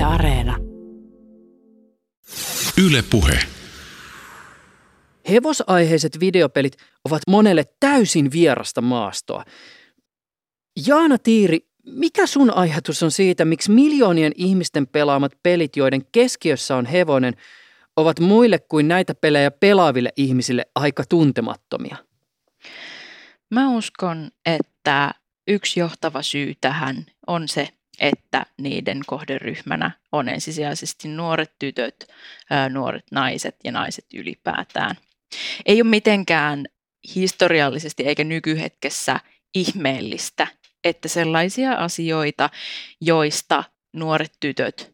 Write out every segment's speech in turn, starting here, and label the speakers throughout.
Speaker 1: Areena.
Speaker 2: Yle Puhe.
Speaker 3: Hevosaiheiset videopelit ovat monelle täysin vierasta maastoa. Jaana Tiiri, mikä sun ajatus on siitä, miksi miljoonien ihmisten pelaamat pelit, joiden keskiössä on hevonen, ovat muille kuin näitä pelejä pelaaville ihmisille aika tuntemattomia?
Speaker 4: Mä uskon, että yksi johtava syy tähän on se, että niiden kohderyhmänä on ensisijaisesti nuoret tytöt, nuoret naiset ja naiset ylipäätään. Ei ole mitenkään historiallisesti eikä nykyhetkessä ihmeellistä, että sellaisia asioita, joista nuoret tytöt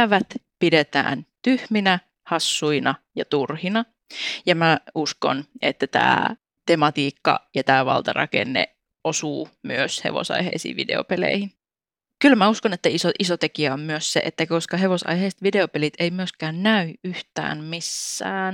Speaker 4: pidetään tyhminä, hassuina ja turhina. Ja mä uskon, että tämä tematiikka ja tämä valtarakenne osuu myös hevosaiheisiin videopeleihin. Kyllä mä uskon, että iso tekijä on myös se, että koska hevosaiheiset videopelit ei myöskään näy yhtään missään,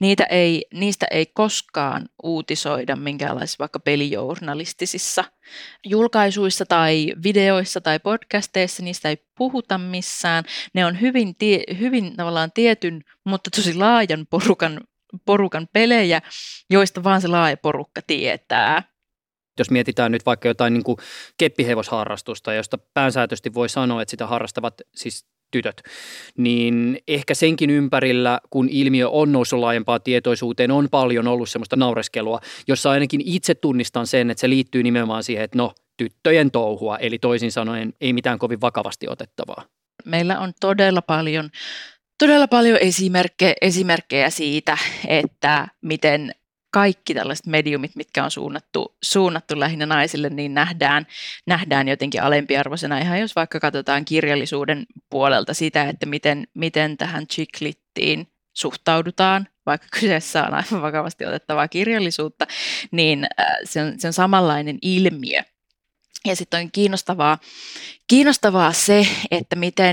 Speaker 4: niistä ei koskaan uutisoida minkäänlaisissa vaikka pelijournalistisissa julkaisuissa tai videoissa tai podcasteissa, niistä ei puhuta missään. Ne on hyvin tavallaan tietyn, mutta tosi laajan porukan pelejä, joista vaan se laaja porukka tietää.
Speaker 3: Jos mietitään nyt vaikka jotain niin kuin keppihevosharrastusta, josta pääsääntöisesti voi sanoa, että sitä harrastavat siis tytöt, niin ehkä senkin ympärillä, kun ilmiö on noussut laajempaan tietoisuuteen, on paljon ollut semmoista naureskelua, jossa ainakin itse tunnistan sen, että se liittyy nimenomaan siihen, että tyttöjen touhua, eli toisin sanoen ei mitään kovin vakavasti otettavaa. Meillä
Speaker 4: on todella paljon esimerkkejä siitä, että miten kaikki tällaiset mediumit, mitkä on suunnattu lähinnä naisille, niin nähdään jotenkin alempiarvoisena. Ihan jos vaikka katsotaan kirjallisuuden puolelta sitä, että miten tähän chick-littiin suhtaudutaan, vaikka kyseessä on aivan vakavasti otettavaa kirjallisuutta, niin se on samanlainen ilmiö. Ja sitten on kiinnostavaa se, että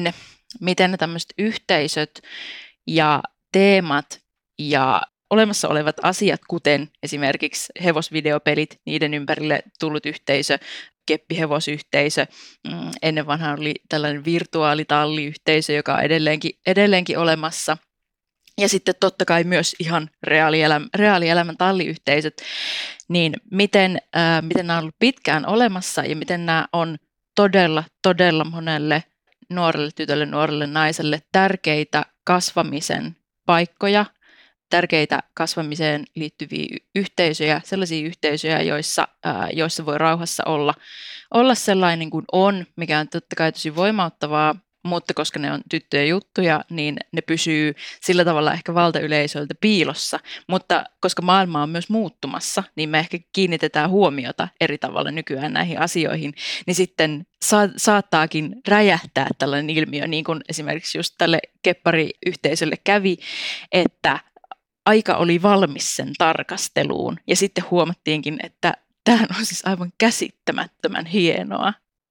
Speaker 4: miten tämmöiset yhteisöt ja teemat ja olemassa olevat asiat, kuten esimerkiksi hevosvideopelit, niiden ympärille tullut yhteisö, keppihevosyhteisö, ennen vanhaan oli tällainen virtuaalitalliyhteisö, joka on edelleenkin olemassa. Ja sitten totta kai myös ihan reaalielämän talliyhteisöt, niin miten nämä on ollut pitkään olemassa ja miten nämä on todella monelle nuorelle tytölle, nuorelle naiselle tärkeitä kasvamisen paikkoja, tärkeitä kasvamiseen liittyviä yhteisöjä, sellaisia yhteisöjä, joissa voi rauhassa olla sellainen kuin on, mikä on totta kai tosi voimauttavaa, mutta koska ne on tyttöjen juttuja, niin ne pysyy sillä tavalla ehkä valtayleisöltä piilossa, mutta koska maailma on myös muuttumassa, niin me ehkä kiinnitetään huomiota eri tavalla nykyään näihin asioihin, niin sitten saattaakin räjähtää tällainen ilmiö, niin kuin esimerkiksi just tälle keppariyhteisölle kävi, että aika oli valmis sen tarkasteluun ja sitten huomattiinkin, että tämä on siis aivan käsittämättömän hienoa.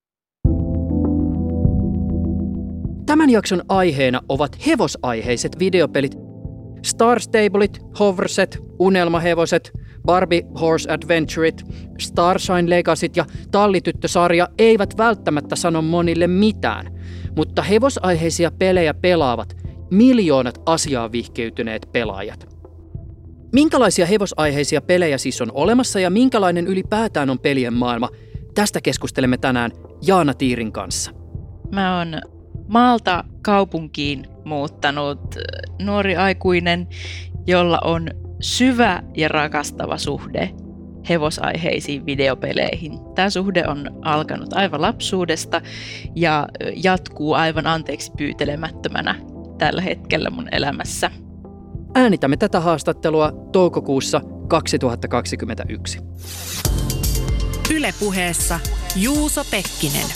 Speaker 3: Tämän jakson aiheena ovat hevosaiheiset videopelit. Star Stablet, Hoverset, Unelmahevoset, Barbie Horse Adventureit, Starshine Legacyt ja Tallityttö-sarja eivät välttämättä sano monille mitään, mutta hevosaiheisia pelejä pelaavat miljoonat asiaan vihkiytyneet pelaajat. Minkälaisia hevosaiheisia pelejä siis on olemassa ja minkälainen ylipäätään on pelien maailma? Tästä keskustelemme tänään Jaana Tiirin kanssa.
Speaker 4: Mä oon maalta kaupunkiin muuttanut nuori aikuinen, jolla on syvä ja rakastava suhde hevosaiheisiin videopeleihin. Tämä suhde on alkanut aivan lapsuudesta ja jatkuu aivan anteeksi pyytelemättömänä tällä hetkellä mun elämässä.
Speaker 3: Äänitämme tätä haastattelua toukokuussa 2021.
Speaker 1: Yle Puheessa Juuso Pekkinen.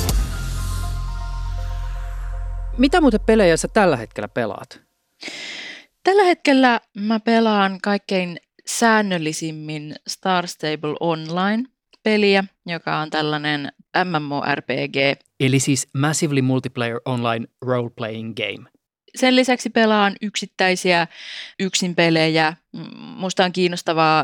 Speaker 3: Mitä muuten pelejä sä tällä hetkellä pelaat?
Speaker 4: Tällä hetkellä mä pelaan kaikkein säännöllisimmin Star Stable Online-peliä, joka on tällainen MMORPG.
Speaker 3: Eli siis Massively Multiplayer Online Role-Playing Game.
Speaker 4: Sen lisäksi pelaan yksittäisiä yksinpelejä. Musta on kiinnostavaa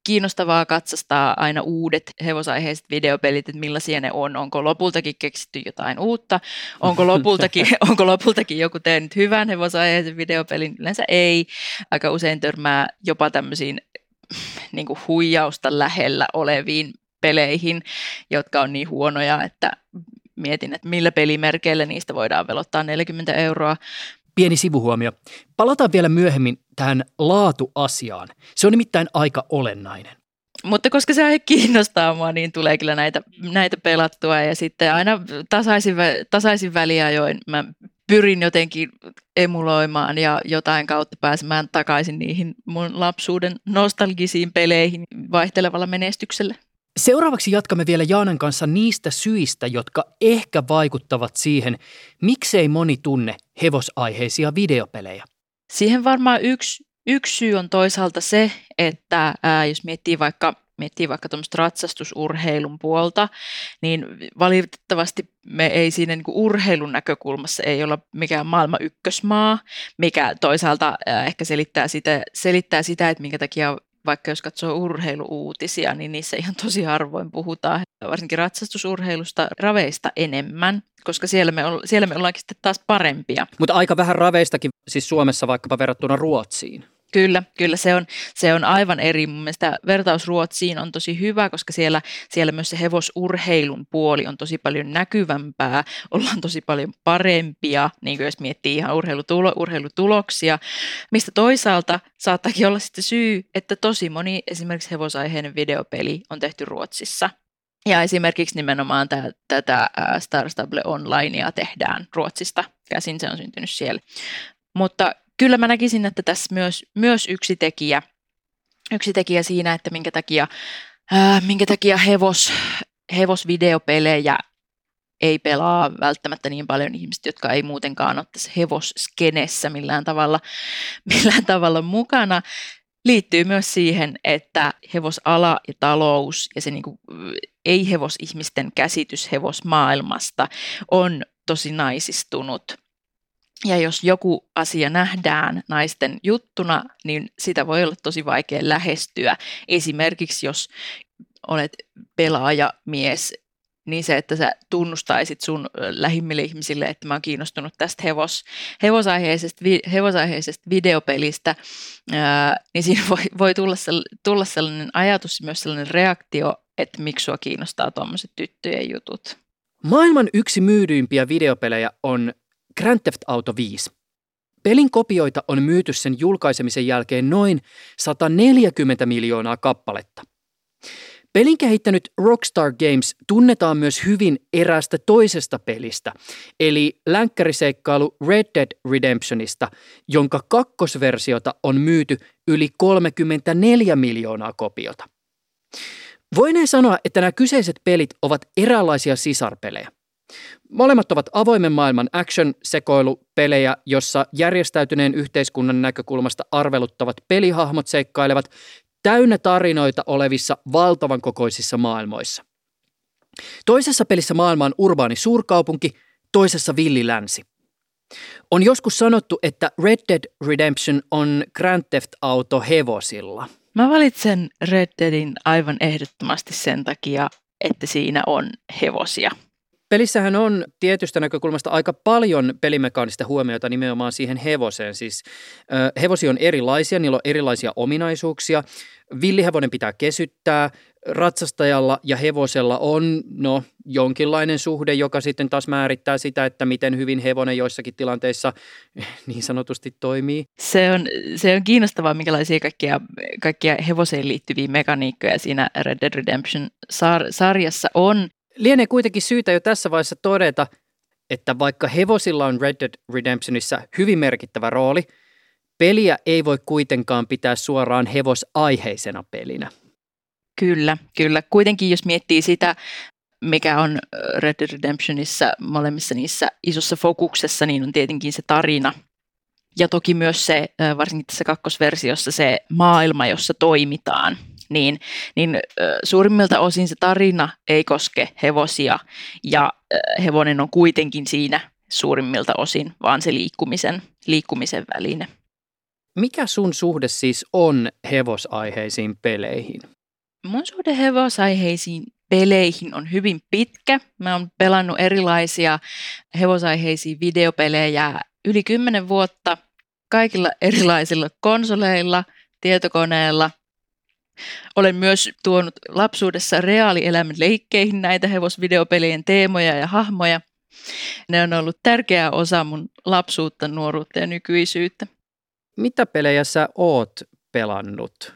Speaker 4: kiinnostavaa katsastaa aina uudet hevosaiheiset videopelit, että millaisia ne on. Onko lopultakin keksitty jotain uutta? Onko lopultakin joku tehnyt hyvän hevosaiheisen videopelin? Yleensä ei. Aika usein törmää jopa tämmöisiin niin kuin huijausta lähellä oleviin peleihin, jotka on niin huonoja, että mietin, että millä pelimerkeillä niistä voidaan velottaa 40 €.
Speaker 3: Pieni sivuhuomio. Palataan vielä myöhemmin tähän laatuasiaan. Se on nimittäin aika olennainen.
Speaker 4: Mutta koska se aihe kiinnostaa mua, niin tulee kyllä näitä pelattua ja sitten aina tasaisin väliajoin mä pyrin jotenkin emuloimaan ja jotain kautta pääsemään takaisin niihin mun lapsuuden nostalgisiin peleihin vaihtelevalla menestyksellä.
Speaker 3: Seuraavaksi jatkamme vielä Jaanan kanssa niistä syistä, jotka ehkä vaikuttavat siihen, miksei moni tunne hevosaiheisia videopelejä.
Speaker 4: Siihen varmaan yksi syy on toisaalta se, että jos miettii vaikka tuommoista ratsastusurheilun puolta, niin valitettavasti me ei siinä niin kuin urheilun näkökulmassa ei olla mikään maailman ykkösmaa, mikä toisaalta ehkä selittää sitä, että minkä takia vaikka jos katsoo urheiluuutisia, niin niissä ihan tosi harvoin puhutaan, varsinkin ratsastusurheilusta, raveista enemmän, koska siellä me ollaankin sitten taas parempia.
Speaker 3: Mutta aika vähän raveistakin siis Suomessa vaikkapa verrattuna Ruotsiin.
Speaker 4: Kyllä se on aivan eri. Mun mielestä vertaus Ruotsiin on tosi hyvä, koska siellä myös se hevosurheilun puoli on tosi paljon näkyvämpää, ollaan tosi paljon parempia, niin kuin jos miettii ihan urheilutuloksia, mistä toisaalta saattaakin olla sitten syy, että tosi moni esimerkiksi hevosaiheinen videopeli on tehty Ruotsissa. Ja esimerkiksi nimenomaan tätä Star Stable Onlinea tehdään Ruotsista käsin, se on syntynyt siellä. Mutta kyllä mä näkisin, että tässä myös yksi tekijä siinä, että minkä takia hevosvideopelejä ei pelaa välttämättä niin paljon ihmiset, jotka ei muutenkaan ole tässä hevosskenessä millään tavalla mukana, liittyy myös siihen, että hevosala ja talous ja se niin kuin ei-hevosihmisten käsitys hevosmaailmasta on tosi naisistunut. Ja jos joku asia nähdään naisten juttuna, niin sitä voi olla tosi vaikea lähestyä. Esimerkiksi jos olet pelaajamies, niin se, että tunnustaisit sun lähimmille ihmisille, että mä oon kiinnostunut tästä hevosaiheisesta videopelistä, niin siinä voi tulla sellainen ajatus, myös sellainen reaktio, että miksi sua kiinnostaa tuommoiset tyttöjen jutut.
Speaker 3: Maailman yksi myydyimpiä videopelejä on Grand Theft Auto 5. Pelin kopioita on myyty sen julkaisemisen jälkeen noin 140 miljoonaa kappaletta. Pelin kehittänyt Rockstar Games tunnetaan myös hyvin eräästä toisesta pelistä, eli länkkäriseikkailu Red Dead Redemptionista, jonka kakkosversiota on myyty yli 34 miljoonaa kopiota. Voinee sanoa, että nämä kyseiset pelit ovat eräänlaisia sisarpelejä. Molemmat ovat avoimen maailman action-sekoilupelejä, jossa järjestäytyneen yhteiskunnan näkökulmasta arveluttavat pelihahmot seikkailevat täynnä tarinoita olevissa valtavan kokoisissa maailmoissa. Toisessa pelissä maailma on urbaani suurkaupunki, toisessa villi länsi. On joskus sanottu, että Red Dead Redemption on Grand Theft Auto hevosilla.
Speaker 4: Mä valitsen Red Deadin aivan ehdottomasti sen takia, että siinä on hevosia.
Speaker 3: Pelissähän on tietystä näkökulmasta aika paljon pelimekaanista huomiota nimenomaan siihen hevoseen. Siis hevosia on erilaisia, niillä on erilaisia ominaisuuksia. Villihevonen pitää kesyttää. Ratsastajalla ja hevosella on jonkinlainen suhde, joka sitten taas määrittää sitä, että miten hyvin hevonen joissakin tilanteissa niin sanotusti toimii.
Speaker 4: Se on kiinnostavaa, minkälaisia kaikkia hevoseen liittyviä mekaniikkoja siinä Red Dead Redemption-sarjassa on.
Speaker 3: Lienee kuitenkin syytä jo tässä vaiheessa todeta, että vaikka hevosilla on Red Dead Redemptionissa hyvin merkittävä rooli, peliä ei voi kuitenkaan pitää suoraan hevosaiheisena pelinä.
Speaker 4: Kyllä. Kuitenkin jos miettii sitä, mikä on Red Dead Redemptionissa molemmissa niissä isossa fokuksessa, niin on tietenkin se tarina. Ja toki myös se, varsinkin tässä kakkosversiossa, se maailma, jossa toimitaan. Niin suurimmilta osin se tarina ei koske hevosia ja hevonen on kuitenkin siinä suurimmilta osin vaan se liikkumisen väline.
Speaker 3: Mikä sun suhde siis on hevosaiheisiin peleihin?
Speaker 4: Mun suhde hevosaiheisiin peleihin on hyvin pitkä. Mä oon pelannut erilaisia hevosaiheisia videopelejä yli 10 vuotta kaikilla erilaisilla konsoleilla, tietokoneilla. Olen myös tuonut lapsuudessa reaalielämän leikkeihin näitä hevosvideopelien teemoja ja hahmoja. Ne on ollut tärkeä osa mun lapsuutta, nuoruutta ja nykyisyyttä.
Speaker 3: Mitä pelejä sä oot pelannut?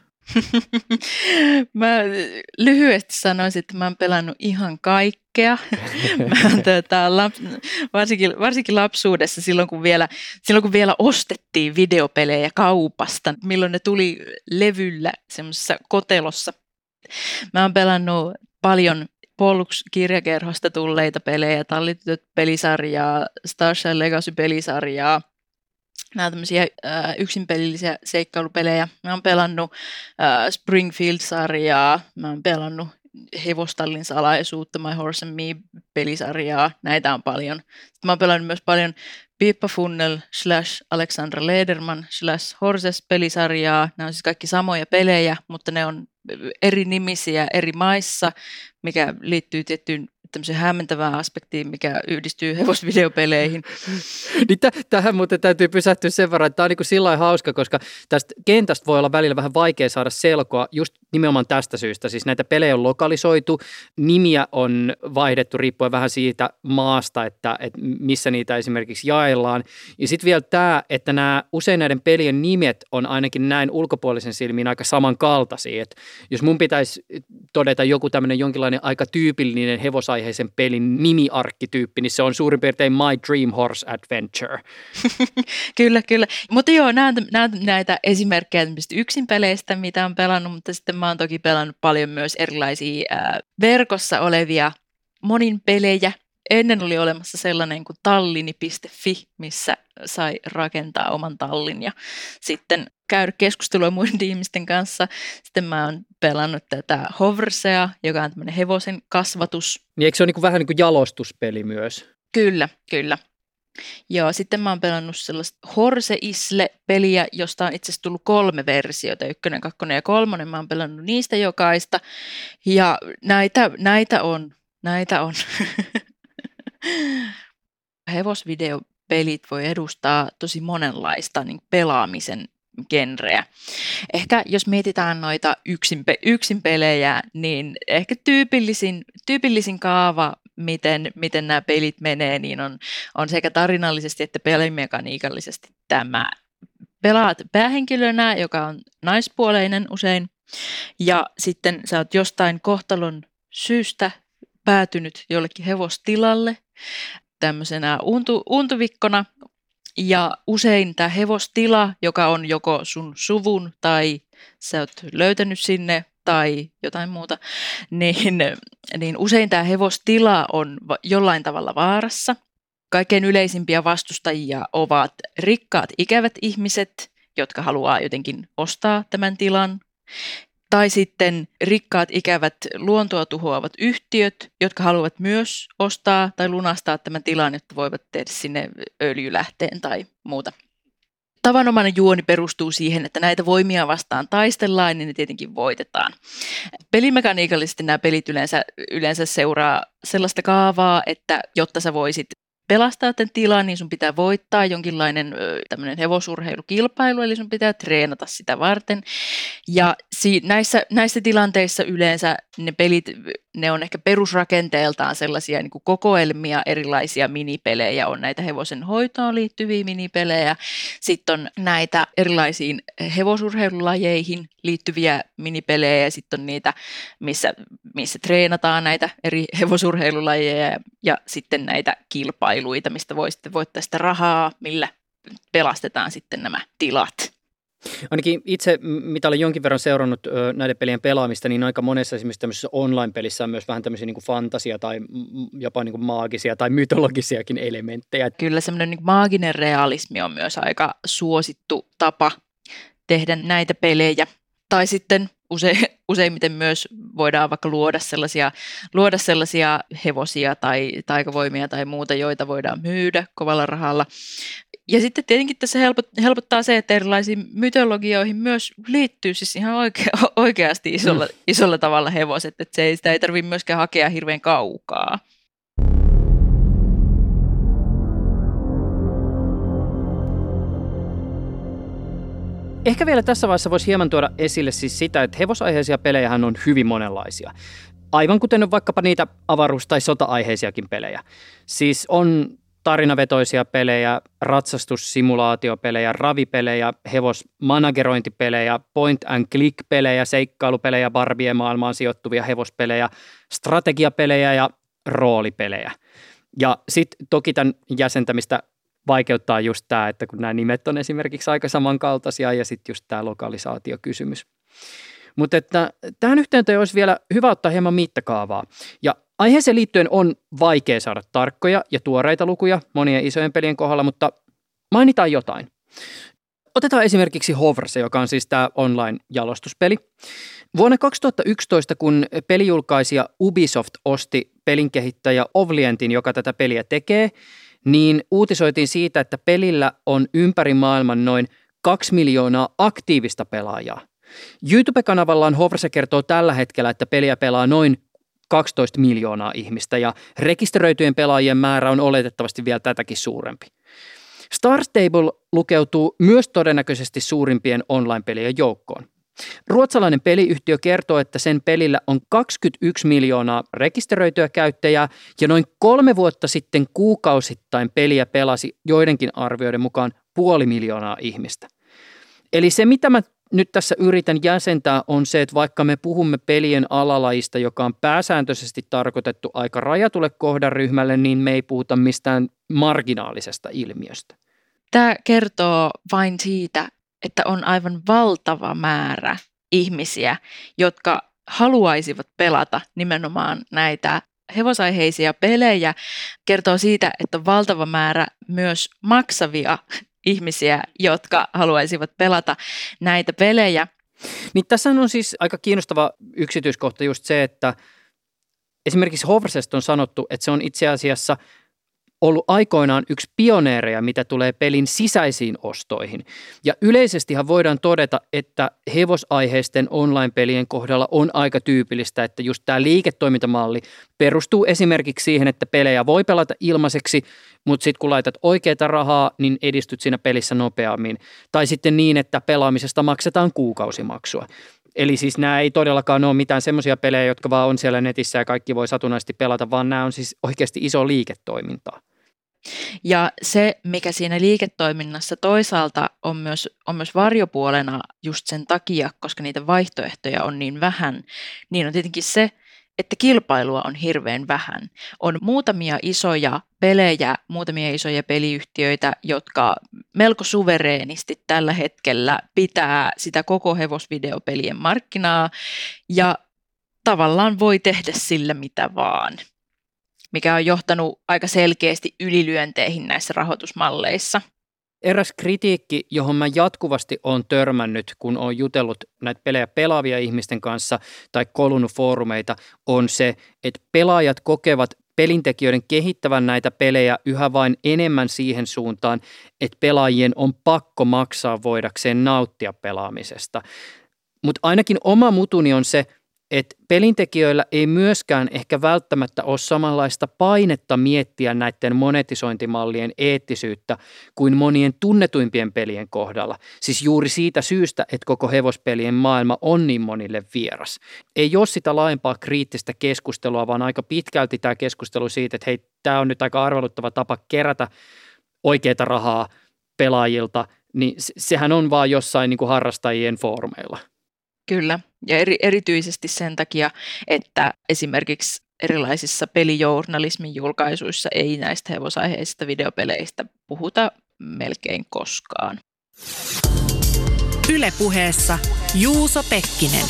Speaker 4: Mä lyhyesti sanoisin, että mä oon pelannut ihan kaikkea. Varsinkin lapsuudessa, silloin kun vielä ostettiin videopelejä kaupasta, milloin ne tuli levyllä semmoisessa kotelossa. Mä oon pelannut paljon Pollux-kirjakerhosta tulleita pelejä, Tallitytöt-pelisarjaa, Starshine Legacy-pelisarjaa. Nämä tämmöisiä yksinpelillisiä seikkailupelejä. Mä oon pelannut Springfield-sarjaa, mä oon pelannut Hevostallin salaisuutta, My Horse and Me-pelisarjaa, näitä on paljon. Sitten mä oon pelannut myös paljon Pippa Funnel / Alexandra Lederman / Horses-pelisarjaa. Nämä on siis kaikki samoja pelejä, mutta ne on eri nimisiä eri maissa, mikä liittyy tiettyyn tämmöiseen hämmentävään aspektiin, mikä yhdistyy hevosvideopeleihin.
Speaker 3: Niin tähän muuten täytyy pysähtyä sen verran, että tämä on niin kuin sillä lailla hauska, koska tästä kentästä voi olla välillä vähän vaikea saada selkoa just nimenomaan tästä syystä. Siis näitä pelejä on lokalisoitu, nimiä on vaihdettu riippuen vähän siitä maasta, että missä niitä esimerkiksi jaellaan. Ja sitten vielä tämä, että usein näiden pelien nimet on ainakin näin ulkopuolisen silmiin aika samankaltaisia. Että jos mun pitäisi todeta joku tämmöinen jonkinlainen aika tyypillinen hevosaiheisen pelin nimiarkkityyppi, niin se on suurin piirtein My Dream Horse Adventure.
Speaker 4: Kyllä. Mutta joo, näitä esimerkkejä yksinpeleistä, mitä on pelannut, mutta sitten mä oon toki pelannut paljon myös erilaisia verkossa olevia monin pelejä. Ennen oli olemassa sellainen kuin tallini.fi, missä sai rakentaa oman tallin ja sitten käydä keskustelua muiden ihmisten kanssa. Sitten mä oon pelannut tätä Hoversea, joka on tämmöinen hevosen kasvatus.
Speaker 3: Niin eikö se ole vähän niin kuin jalostuspeli myös?
Speaker 4: Kyllä. Joo, sitten mä oon pelannut sellaista Horse Isle-peliä, josta on itse asiassa tullut 3 versiota, 1, 2 ja 3. Mä oon pelannut niistä jokaista. Ja näitä on. Hevosvideopelit voi edustaa tosi monenlaista niin pelaamisen genreä. Ehkä jos mietitään noita yksinpelejä, niin ehkä tyypillisin kaava, miten nämä pelit menee, niin on sekä tarinallisesti että pelimekaniikallisesti tämä. Pelaat päähenkilönä, joka on naispuoleinen usein, ja sitten sä oot jostain kohtalon syystä päätynyt jollekin hevostilalle tämmöisenä untuvikkona, ja usein tämä hevostila, joka on joko sun suvun tai sä oot löytänyt sinne tai jotain muuta, niin usein tämä hevostila on jollain tavalla vaarassa. Kaikkein yleisimpiä vastustajia ovat rikkaat ikävät ihmiset, jotka haluaa jotenkin ostaa tämän tilan. Tai sitten rikkaat ikävät luontoa tuhoavat yhtiöt, jotka haluavat myös ostaa tai lunastaa tämän tilan, jotta voivat tehdä sinne öljylähteen tai muuta. Tavanomainen juoni perustuu siihen, että näitä voimia vastaan taistellaan, niin ne tietenkin voitetaan. Pelimekaniikallisesti nämä pelit yleensä seuraa sellaista kaavaa, että jotta sä voisit pelastaa tämän tilan, niin sun pitää voittaa jonkinlainen tämmöinen hevosurheilukilpailu, eli sun pitää treenata sitä varten. Ja näissä tilanteissa yleensä ne pelit, ne on ehkä perusrakenteeltaan sellaisia niin kuin kokoelmia, erilaisia minipelejä, on näitä hevosen hoitoon liittyviä minipelejä, sitten on näitä erilaisiin hevosurheilulajeihin liittyviä minipelejä, ja sitten on niitä, missä treenataan näitä eri hevosurheilulajeja, ja sitten näitä kilpailuita, mistä voi sitten voittaa sitä rahaa, millä pelastetaan sitten nämä tilat.
Speaker 3: Ainakin itse, mitä olen jonkin verran seurannut näiden pelien pelaamista, niin aika monessa esimerkiksi tämmöisessä online-pelissä on myös vähän tämmöisiä niin kuin fantasia tai jopa niin kuin maagisia tai mytologisiakin elementtejä.
Speaker 4: Kyllä semmoinen niin kuin maaginen realismi on myös aika suosittu tapa tehdä näitä pelejä. Tai sitten useimmiten myös voidaan vaikka luoda sellaisia hevosia tai taikavoimia tai muuta, joita voidaan myydä kovalla rahalla. Ja sitten tietenkin tässä helpottaa se, että erilaisiin mytologioihin myös liittyy siis ihan oikeasti isolla tavalla hevoset, että sitä ei tarvitse myöskään hakea hirveän kaukaa.
Speaker 3: Ehkä vielä tässä vaiheessa voisi hieman tuoda esille siis sitä, että hevosaiheisia pelejähän on hyvin monenlaisia. Aivan kuten on vaikkapa niitä avaruus- tai sota-aiheisiakin pelejä. Siis on tarinavetoisia pelejä, ratsastussimulaatiopelejä, ravipelejä, hevosmanagerointipelejä, point and click-pelejä, seikkailupelejä, Barbien maailmaan sijoittuvia hevospelejä, strategiapelejä ja roolipelejä. Ja sitten toki tämän jäsentämistä vaikeuttaa just tämä, että kun nämä nimet on esimerkiksi aika samankaltaisia ja sitten just tämä lokalisaatiokysymys. Mutta että tähän yhteyteen olisi vielä hyvä ottaa hieman mittakaavaa. Ja aiheeseen liittyen on vaikea saada tarkkoja ja tuoreita lukuja monien isojen pelien kohdalla, mutta mainitaan jotain. Otetaan esimerkiksi Hovrse, joka on siis tämä online-jalostuspeli. Vuonna 2011, kun pelijulkaisija Ubisoft osti pelinkehittäjä Ovlientin, joka tätä peliä tekee, niin uutisoitiin siitä, että pelillä on ympäri maailman noin 2 miljoonaa aktiivista pelaajaa. YouTube-kanavallaan Hovrse kertoo tällä hetkellä, että peliä pelaa noin 12 miljoonaa ihmistä ja rekisteröityjen pelaajien määrä on oletettavasti vielä tätäkin suurempi. Star Stable lukeutuu myös todennäköisesti suurimpien online-pelien joukkoon. Ruotsalainen peliyhtiö kertoo, että sen pelillä on 21 miljoonaa rekisteröityä käyttäjää ja noin 3 vuotta sitten kuukausittain peliä pelasi joidenkin arvioiden mukaan 500 000 ihmistä. Eli se, mitä mä nyt tässä yritän jäsentää, on se, että vaikka me puhumme pelien alalajista, joka on pääsääntöisesti tarkoitettu aika rajatulle kohderyhmälle, niin me ei puhuta mistään marginaalisesta ilmiöstä.
Speaker 4: Tämä kertoo vain siitä, että on aivan valtava määrä ihmisiä, jotka haluaisivat pelata nimenomaan näitä hevosaiheisia pelejä. Kertoo siitä, että on valtava määrä myös maksavia ihmisiä, jotka haluaisivat pelata näitä pelejä.
Speaker 3: Niin tässä on siis aika kiinnostava yksityiskohta just se, että esimerkiksi Hovrsesta on sanottu, että se on itse asiassa ollut aikoinaan yksi pioneereja, mitä tulee pelin sisäisiin ostoihin. Ja yleisestihan voidaan todeta, että hevosaiheisten online-pelien kohdalla on aika tyypillistä, että just tämä liiketoimintamalli perustuu esimerkiksi siihen, että pelejä voi pelata ilmaiseksi, mutta sitten kun laitat oikeaa rahaa, niin edistyt siinä pelissä nopeammin. Tai sitten niin, että pelaamisesta maksetaan kuukausimaksua. Eli siis nämä ei todellakaan ole mitään semmoisia pelejä, jotka vaan on siellä netissä ja kaikki voi satunnaisesti pelata, vaan nämä on siis oikeasti iso liiketoimintaa.
Speaker 4: Ja se, mikä siinä liiketoiminnassa toisaalta on myös varjopuolena just sen takia, koska niitä vaihtoehtoja on niin vähän, niin on tietenkin se, että kilpailua on hirveän vähän. On muutamia isoja pelejä, muutamia isoja peliyhtiöitä, jotka melko suvereenisti tällä hetkellä pitää sitä koko hevosvideopelien markkinaa ja tavallaan voi tehdä sillä mitä vaan, mikä on johtanut aika selkeästi ylilyönteihin näissä rahoitusmalleissa.
Speaker 3: Eräs kritiikki, johon mä jatkuvasti olen törmännyt, kun olen jutellut näitä pelejä pelaavia ihmisten kanssa tai kolunut foorumeita, on se, että pelaajat kokevat pelintekijöiden kehittävän näitä pelejä yhä vain enemmän siihen suuntaan, että pelaajien on pakko maksaa voidakseen nauttia pelaamisesta. Mutta ainakin oma mutuni on se, että pelintekijöillä ei myöskään ehkä välttämättä ole samanlaista painetta miettiä näiden monetisointimallien eettisyyttä kuin monien tunnetuimpien pelien kohdalla. Siis juuri siitä syystä, että koko hevospelien maailma on niin monille vieras. Ei ole sitä laajempaa kriittistä keskustelua, vaan aika pitkälti tämä keskustelu siitä, että hei, tämä on nyt aika arveluttava tapa kerätä oikeaa rahaa pelaajilta, niin sehän on vaan jossain niin kuin harrastajien foorumeilla.
Speaker 4: Kyllä, ja erityisesti sen takia, että esimerkiksi erilaisissa pelijournalismin julkaisuissa ei näistä hevosaiheisista videopeleistä puhuta melkein koskaan.
Speaker 1: Yle Puheessa Juuso Pekkinen.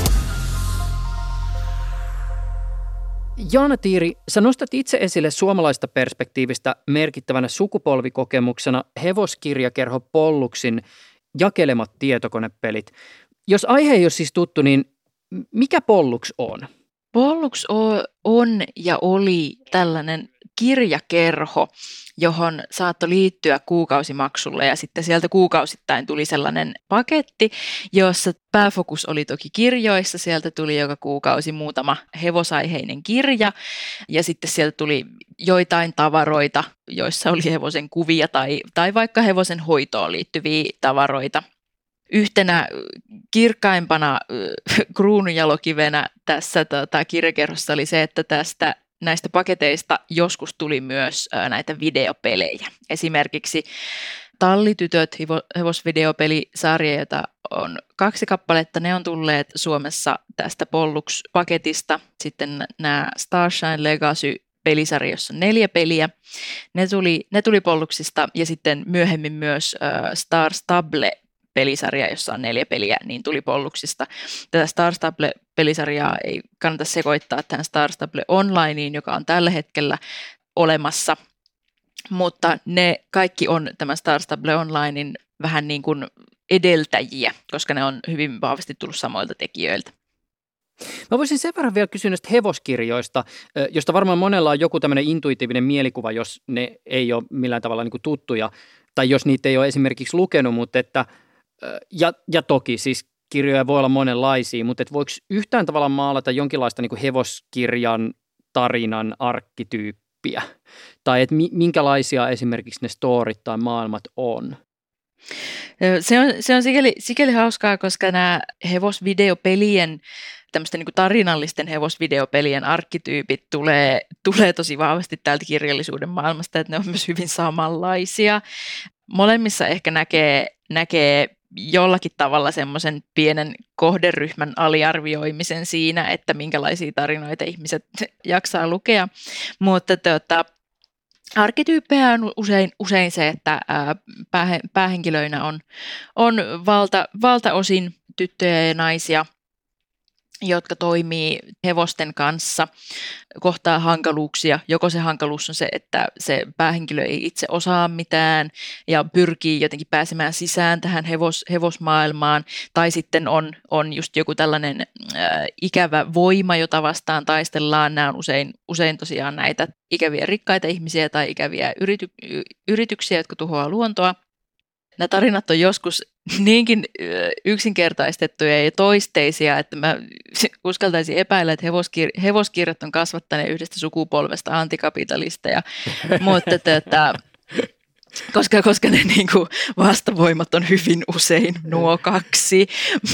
Speaker 3: Jaana Tiiri, sä nostat itse esille suomalaista perspektiivistä merkittävänä sukupolvikokemuksena hevoskirjakerho Polluksin jakelemat tietokonepelit. Jos aihe ei ole siis tuttu, niin mikä Pollux on?
Speaker 4: Pollux on ja oli tällainen kirjakerho, johon saattoi liittyä kuukausimaksulla ja sitten sieltä kuukausittain tuli sellainen paketti, jossa pääfokus oli toki kirjoissa. Sieltä tuli joka kuukausi muutama hevosaiheinen kirja ja sitten sieltä tuli joitain tavaroita, joissa oli hevosen kuvia tai vaikka hevosen hoitoon liittyviä tavaroita. Yhtenä kirkkaimpana kruununjalokivenä tässä kirjakerhossa oli se, että näistä paketeista joskus tuli myös näitä videopelejä. Esimerkiksi Tallitytöt, hevosvideopelisarja, jota on 2 kappaletta, ne on tulleet Suomessa tästä Pollux-paketista. Sitten nämä Starshine Legacy-pelisarja, jossa on 4 peliä. Ne tuli Polluxista ja sitten myöhemmin myös Star Stable-pelisarja, jossa on 4 peliä, niin tuli Polluxista. Tätä Star Stable-pelisarjaa ei kannata sekoittaa tähän Star Stable Onlineen, joka on tällä hetkellä olemassa, mutta ne kaikki on tämän Star Stable Onlinein vähän niin kuin edeltäjiä, koska ne on hyvin vahvasti tullut samoilta tekijöiltä.
Speaker 3: Mä voisin sen verran vielä kysyä näistä hevoskirjoista, josta varmaan monella on joku tämmöinen intuitiivinen mielikuva, jos ne ei ole millään tavalla niin kuin tuttuja, tai jos niitä ei ole esimerkiksi lukenut, mutta että, ja toki siis kirjoja voi olla monenlaisia, mutta että voiko yhtään tavalla maalata jonkinlaista niin kuin hevoskirjan tarinan arkkityyppiä, tai että minkälaisia esimerkiksi ne storit tai maailmat on?
Speaker 4: Se on sikäli hauskaa, koska nämä hevosvideopelien, tämmöisten niin kuin tarinallisten hevosvideopelien arkkityypit tulee tosi vahvasti täältä kirjallisuuden maailmasta, että ne on myös hyvin samanlaisia. Molemmissa ehkä näkee jollakin tavalla semmoisen pienen kohderyhmän aliarvioimisen siinä, että minkälaisia tarinoita ihmiset jaksaa lukea, mutta arkkityyppejä on usein se, että päähenkilöinä on valtaosin tyttöjä ja naisia, jotka toimii hevosten kanssa, kohtaa hankaluuksia. Joko se hankaluus on se, että se päähenkilö ei itse osaa mitään ja pyrkii jotenkin pääsemään sisään tähän hevosmaailmaan, tai sitten on just joku tällainen ikävä voima, jota vastaan taistellaan. Nämä on usein tosiaan näitä ikäviä rikkaita ihmisiä tai ikäviä yrityksiä, jotka tuhoaa luontoa. Nämä tarinat on joskus niinkin yksinkertaistettuja ja toisteisia, että mä uskaltaisin epäillä, että hevoskirjat on kasvattaneet yhdestä sukupolvesta antikapitalisteja, mutta koska ne niinku vastavoimat on hyvin usein nuo 2,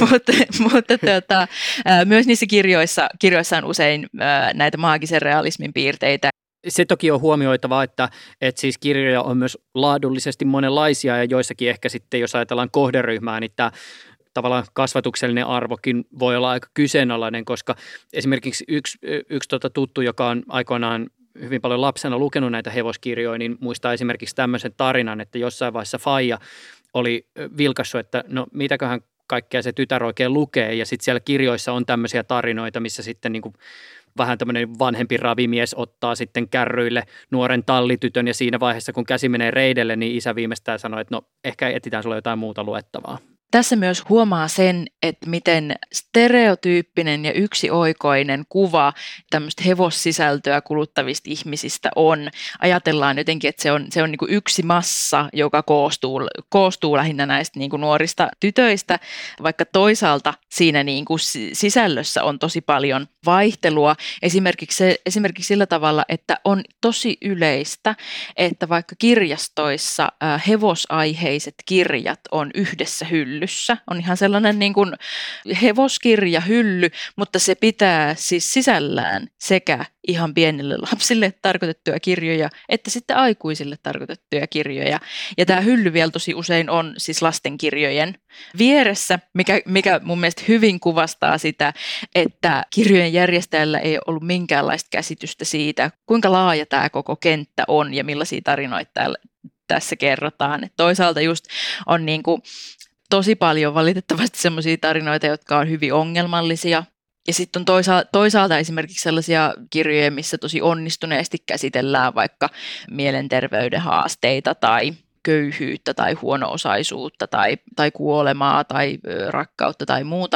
Speaker 4: mutta myös niissä kirjoissa on usein näitä maagisen realismin piirteitä.
Speaker 3: Se toki on huomioitava, että siis kirjoja on myös laadullisesti monenlaisia ja joissakin ehkä sitten, jos ajatellaan kohderyhmää, niin tämä tavallaan kasvatuksellinen arvokin voi olla aika kyseenalainen, koska esimerkiksi yksi tuttu, joka on aikoinaan hyvin paljon lapsena lukenut näitä hevoskirjoja, niin muistaa esimerkiksi tämmöisen tarinan, että jossain vaiheessa faija oli vilkaissut, että no mitäköhän kaikkea se tytär oikein lukee, ja sitten siellä kirjoissa on tämmöisiä tarinoita, missä sitten niin kuin vähän tämmöinen vanhempi ravimies ottaa sitten kärryille nuoren tallitytön, ja siinä vaiheessa, kun käsi menee reidelle, niin isä viimeistään sanoo, että no ehkä etsitään sulle jotain muuta luettavaa.
Speaker 4: Tässä myös huomaa sen, että miten stereotyyppinen ja yksioikoinen kuva tämmöistä hevossisältöä kuluttavista ihmisistä on. Ajatellaan jotenkin, että se on niin kuin yksi massa, joka koostuu lähinnä näistä niin kuin nuorista tytöistä, vaikka toisaalta siinä niin kuin sisällössä on tosi paljon vaihtelua. Esimerkiksi sillä tavalla, että on tosi yleistä, että vaikka kirjastoissa hevosaiheiset kirjat on yhdessä hyllyssä. On ihan sellainen niin kuin hevoskirjahylly, mutta se pitää siis sisällään sekä ihan pienille lapsille tarkoitettuja kirjoja, että sitten aikuisille tarkoitettuja kirjoja. Ja tämä hylly vielä tosi usein on siis lastenkirjojen vieressä, mikä mun mielestä hyvin kuvastaa sitä, että kirjojen järjestäjällä ei ollut minkäänlaista käsitystä siitä, kuinka laaja tämä koko kenttä on ja millaisia tarinoita tässä kerrotaan. Et toisaalta just on niinku tosi paljon valitettavasti sellaisia tarinoita, jotka on hyvin ongelmallisia. Ja sitten on toisaalta esimerkiksi sellaisia kirjoja, missä tosi onnistuneesti käsitellään vaikka mielenterveyden haasteita tai köyhyyttä tai huono-osaisuutta tai kuolemaa tai rakkautta tai muuta.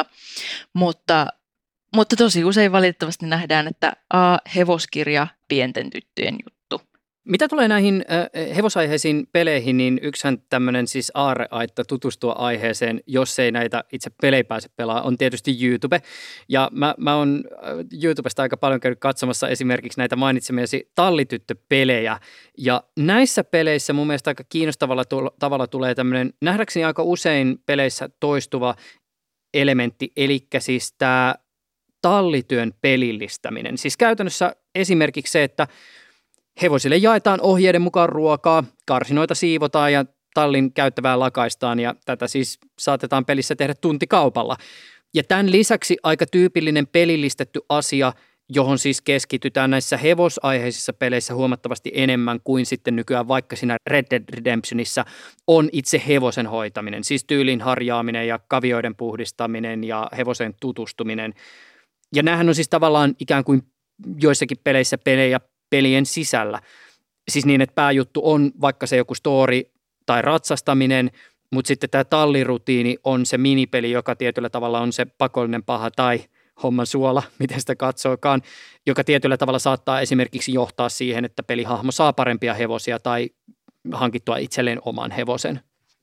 Speaker 4: Mutta tosi usein valitettavasti nähdään, että hevoskirja pienten tyttöjen juttu.
Speaker 3: Mitä tulee näihin hevosaiheisiin peleihin, niin yksihän tämmöinen siis aarreaitta tutustua aiheeseen, jos ei näitä itse pelejä pääse pelaamaan, on tietysti YouTube. Ja mä oon YouTubesta aika paljon käynyt katsomassa esimerkiksi näitä mainitsemiasi tallityttöpelejä. Ja näissä peleissä mun mielestä aika kiinnostavalla tavalla tulee tämmöinen, nähdäkseni aika usein peleissä toistuva elementti, eli siis tämä tallityön pelillistäminen. Siis käytännössä esimerkiksi se, että hevosille jaetaan ohjeiden mukaan ruokaa, karsinoita siivotaan ja tallin käyttävää lakaistaan ja tätä siis saatetaan pelissä tehdä tuntikaupalla. Ja tämän lisäksi aika tyypillinen pelillistetty asia, johon siis keskitytään näissä hevosaiheisissa peleissä huomattavasti enemmän kuin sitten nykyään vaikka siinä Red Dead Redemptionissa, on itse hevosen hoitaminen. Siis tyylin harjaaminen ja kavioiden puhdistaminen ja hevosen tutustuminen. Ja näähän on siis tavallaan ikään kuin joissakin peleissä pelejä pelien sisällä. Siis niin, että pääjuttu on vaikka se joku story tai ratsastaminen, mutta sitten tämä tallirutiini on se minipeli, joka tietyllä tavalla on se pakollinen paha tai homman suola, miten sitä katsookaan, joka tietyllä tavalla saattaa esimerkiksi johtaa siihen, että pelihahmo saa parempia hevosia tai hankittua itselleen oman hevosen.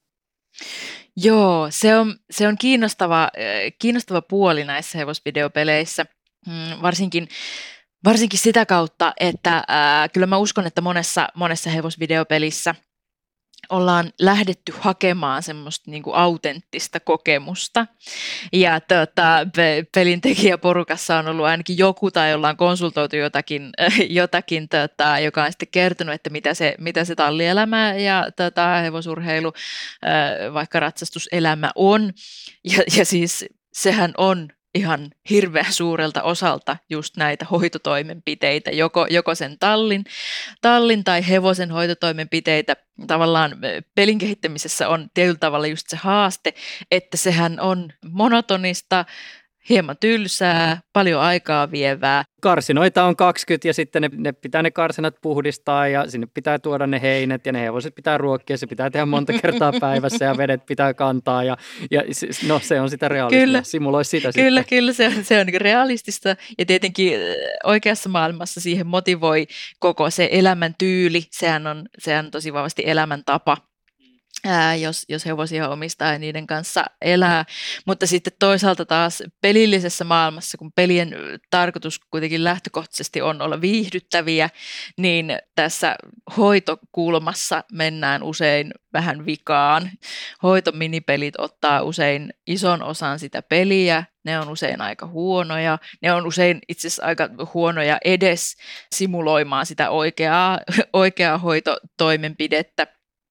Speaker 4: Joo, se on kiinnostava puoli näissä hevosvideopeleissä, varsinkin sitä kautta, että kyllä mä uskon, että monessa hevosvideopelissä ollaan lähdetty hakemaan semmoista niin kuin autenttista kokemusta. Ja pelintekijäporukassa on ollut ainakin joku tai ollaan konsultoitu jotakin joka on sitten kertonut, että mitä se tallielämä ja hevosurheilu, vaikka ratsastuselämä on. Ja siis sehän on ihan hirveän suurelta osalta just näitä hoitotoimenpiteitä, joko sen tallin tai hevosen hoitotoimenpiteitä. Tavallaan pelin kehittämisessä on tietyllä tavalla just se haaste, että sehän on monotonista, hieman tylsää, paljon aikaa vievää.
Speaker 3: Karsinoita on 20 ja sitten ne pitää ne karsinat puhdistaa ja sinne pitää tuoda ne heinät ja ne hevoset pitää ruokkia. Se pitää tehdä monta kertaa päivässä ja vedet pitää kantaa ja no se on sitä realismia. Kyllä, simuloi sitä
Speaker 4: kyllä,
Speaker 3: sitten.
Speaker 4: Kyllä, se on niin realistista ja tietenkin oikeassa maailmassa siihen motivoi koko se elämäntyyli. Sehän on tosi vahvasti elämäntapa. Jos hevosia omistaa ja niiden kanssa elää, mutta sitten toisaalta taas pelillisessä maailmassa, kun pelien tarkoitus kuitenkin lähtökohtaisesti on olla viihdyttäviä, niin tässä hoitokulmassa mennään usein vähän vikaan. Hoitominipelit ottaa usein ison osan sitä peliä, ne on usein aika huonoja, ne on usein itse asiassa aika huonoja edes simuloimaan sitä oikeaa hoitotoimenpidettä.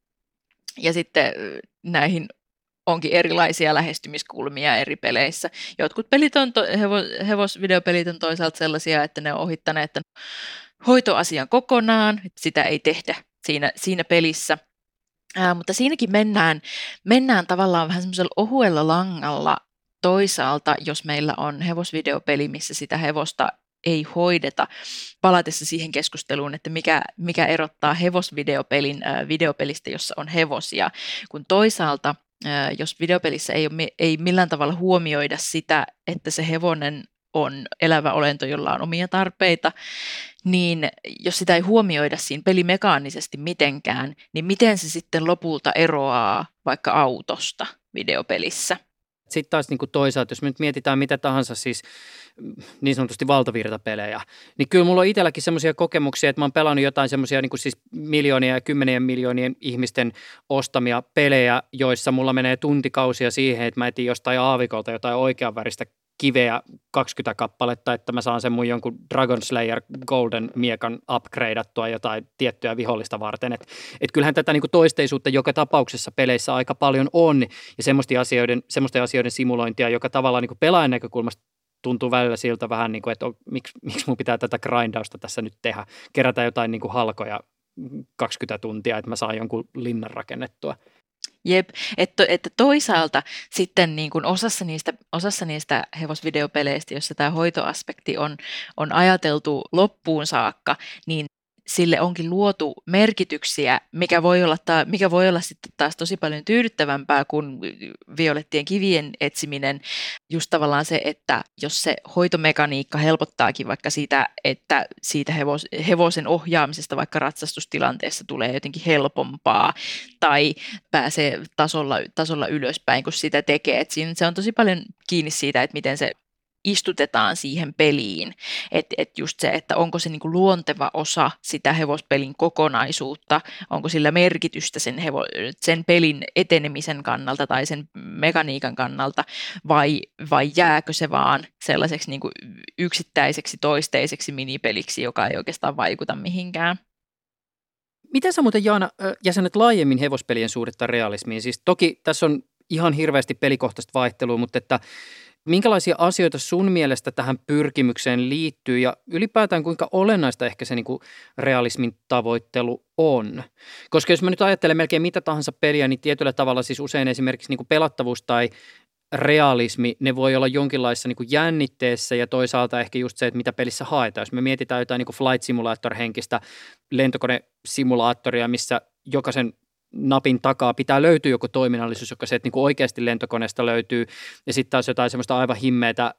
Speaker 4: Ja sitten näihin onkin erilaisia lähestymiskulmia eri peleissä. Jotkut pelit on, hevosvideopelit on toisaalta sellaisia, että ne on ohittaneet hoitoasian kokonaan, että sitä ei tehdä siinä pelissä. Mutta siinäkin mennään tavallaan vähän semmoisella ohuella langalla toisaalta, jos meillä on hevosvideopeli, missä sitä hevosta ei hoideta, palatessa siihen keskusteluun, että mikä erottaa hevosvideopelin videopelistä, jossa on hevosia, kun toisaalta, jos videopelissä ei millään tavalla huomioida sitä, että se hevonen on elävä olento, jolla on omia tarpeita, niin jos sitä ei huomioida siinä pelimekaanisesti mitenkään, niin miten se sitten lopulta eroaa vaikka autosta videopelissä?
Speaker 3: Sitten taas niin kuin toisaalta, jos me nyt mietitään mitä tahansa siis niin sanotusti valtavirtapelejä, niin kyllä mulla on itselläkin semmoisia kokemuksia, että mä oon pelannut jotain semmoisia niin kuin siis miljoonia ja kymmenien miljoonien ihmisten ostamia pelejä, joissa mulla menee tuntikausia siihen, että mä etin jostain aavikolta jotain oikean väristä kiveä 20 kappaletta, että mä saan sen mun jonkun Dragon Slayer Golden miekan upgradeattua jotain tiettyä vihollista varten. Et kyllähän tätä niinku toisteisuutta joka tapauksessa peleissä aika paljon on ja semmoisten asioiden simulointia, joka tavallaan niinku pelaajan näkökulmasta tuntuu välillä siltä vähän niin kuin, että miksi mun pitää tätä grindausta tässä nyt tehdä, kerätä jotain niinku halkoja 20 tuntia, että mä saan jonkun linnan rakennettua.
Speaker 4: Jep, että toisaalta sitten niin kuin osassa niistä hevosvideopeleistä, jossa tämä hoitoaspekti on ajateltu loppuun saakka, niin sille onkin luotu merkityksiä, mikä voi olla sitten taas tosi paljon tyydyttävämpää kuin violettien kivien etsiminen. Just tavallaan se, että jos se hoitomekaniikka helpottaakin vaikka siitä, että siitä hevosen ohjaamisesta vaikka ratsastustilanteessa tulee jotenkin helpompaa tai pääsee tasolla ylöspäin, kun sitä tekee. Et siinä se on tosi paljon kiinni siitä, että miten se istutetaan siihen peliin, että just se, että onko se niinku luonteva osa sitä hevospelin kokonaisuutta, onko sillä merkitystä sen pelin etenemisen kannalta tai sen mekaniikan kannalta, vai jääkö se vaan sellaiseksi niinku yksittäiseksi toisteiseksi minipeliksi, joka ei oikeastaan vaikuta mihinkään.
Speaker 3: Miten sä muuten, Jaana, jäsenet laajemmin hevospelien suhdetta realismiin? Siis toki tässä on ihan hirveästi pelikohtaista vaihtelua, mutta että minkälaisia asioita sun mielestä tähän pyrkimykseen liittyy ja ylipäätään kuinka olennaista ehkä se niin kuin realismin tavoittelu on? Koska jos mä nyt ajattelen melkein mitä tahansa peliä, niin tietyllä tavalla siis usein esimerkiksi niin kuin pelattavuus tai realismi, ne voi olla jonkinlaisessa niin kuin jännitteessä ja toisaalta ehkä just se, että mitä pelissä haetaan. Jos me mietitään jotain niin kuin flight simulator-henkistä lentokonesimulaattoria, missä jokaisen napin takaa pitää löytyä joku toiminnallisuus, joka se, että niin kuin oikeasti lentokoneesta löytyy, ja sitten taas jotain semmoista aivan himmeätä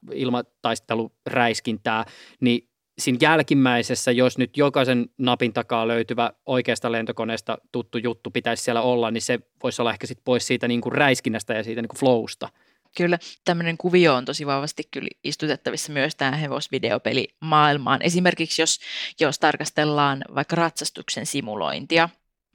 Speaker 3: ilmataisteluräiskintää, niin siinä jälkimmäisessä, jos nyt jokaisen napin takaa löytyvä oikeasta lentokoneesta tuttu juttu pitäisi siellä olla, niin se voisi olla ehkä sitten pois siitä niin kuin räiskinnästä ja siitä niin kuin flowsta.
Speaker 4: Kyllä, tämmöinen kuvio on tosi vahvasti kyllä istutettavissa myös tähän hevosvideopelimaailmaan. Esimerkiksi jos tarkastellaan vaikka ratsastuksen simulointia,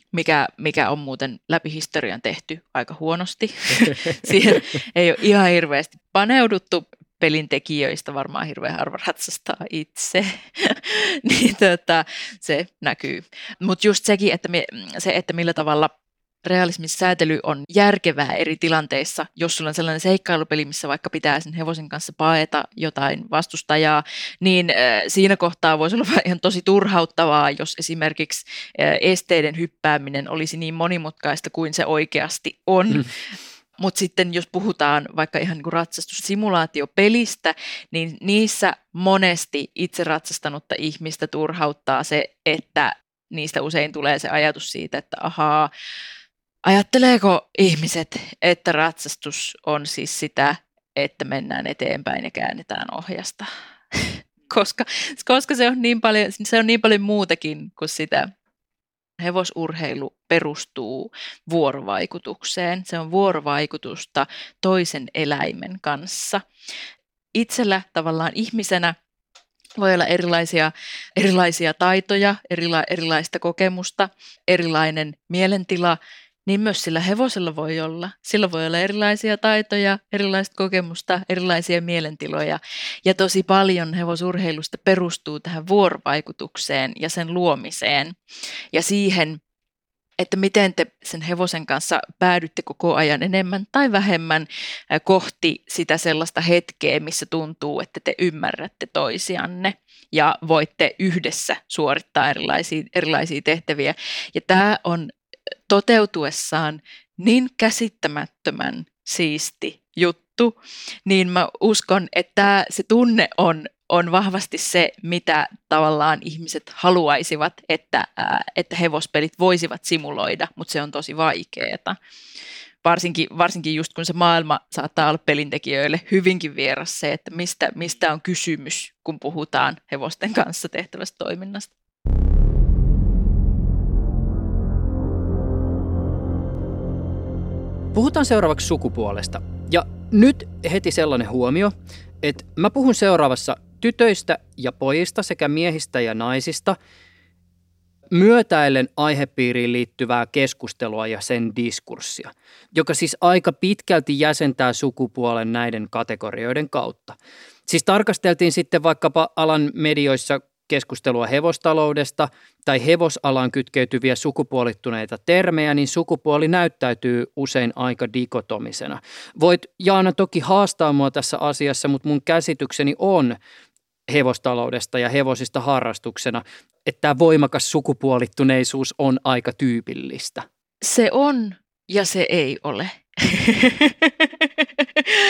Speaker 4: mikä on muuten läpi historian tehty aika huonosti. Siihen ei ole ihan hirveästi paneuduttu. Pelintekijöistä varmaan hirveän harva ratsastaa itse, niin se näkyy. Mutta just sekin, että millä tavalla realismin säätely on järkevää eri tilanteissa, jos sulla on sellainen seikkailupeli, missä vaikka pitää sen hevosen kanssa paeta jotain vastustajaa, niin siinä kohtaa voisi olla ihan tosi turhauttavaa, jos esimerkiksi esteiden hyppääminen olisi niin monimutkaista kuin se oikeasti on. Mutta sitten jos puhutaan vaikka ihan niin kuin ratsastussimulaatiopelistä, niin niissä monesti itse ratsastanutta ihmistä turhauttaa se, että niistä usein tulee se ajatus siitä, että ahaa, ajatteleeko ihmiset, että ratsastus on siis sitä, että mennään eteenpäin ja käännetään ohjasta? koska se on niin paljon muutakin kuin sitä. Hevosurheilu perustuu vuorovaikutukseen. Se on vuorovaikutusta toisen eläimen kanssa. Itsellä tavallaan ihmisenä voi olla erilaisia taitoja, erilaista kokemusta, erilainen mielentila, niin myös sillä hevosella voi olla. Sillä voi olla erilaisia taitoja, erilaista kokemusta, erilaisia mielentiloja. Ja tosi paljon hevosurheilusta perustuu tähän vuorovaikutukseen ja sen luomiseen. Ja siihen, että miten te sen hevosen kanssa päädytte koko ajan enemmän tai vähemmän kohti sitä sellaista hetkeä, missä tuntuu, että te ymmärrätte toisianne ja voitte yhdessä suorittaa erilaisia tehtäviä. Ja tämä on toteutuessaan niin käsittämättömän siisti juttu, niin mä uskon, että se tunne on vahvasti se, mitä tavallaan ihmiset haluaisivat, että hevospelit voisivat simuloida, mutta se on tosi vaikeaa. Varsinkin just kun se maailma saattaa olla pelintekijöille hyvinkin vieras se, että mistä on kysymys, kun puhutaan hevosten kanssa tehtävästä toiminnasta.
Speaker 3: Puhutaan seuraavaksi sukupuolesta. Ja nyt heti sellainen huomio, että mä puhun seuraavassa tytöistä ja pojista sekä miehistä ja naisista myötäillen aihepiiriin liittyvää keskustelua ja sen diskurssia, joka siis aika pitkälti jäsentää sukupuolen näiden kategorioiden kautta. Siis tarkasteltiin sitten vaikkapa alan medioissa keskustelua hevostaloudesta tai hevosalaan kytkeytyviä sukupuolittuneita termejä, niin sukupuoli näyttäytyy usein aika dikotomisena. Voit, Jaana, toki haastaa mua tässä asiassa, mutta mun käsitykseni on hevostaloudesta ja hevosista harrastuksena, että tämä voimakas sukupuolittuneisuus on aika tyypillistä.
Speaker 4: Se on ja se ei ole.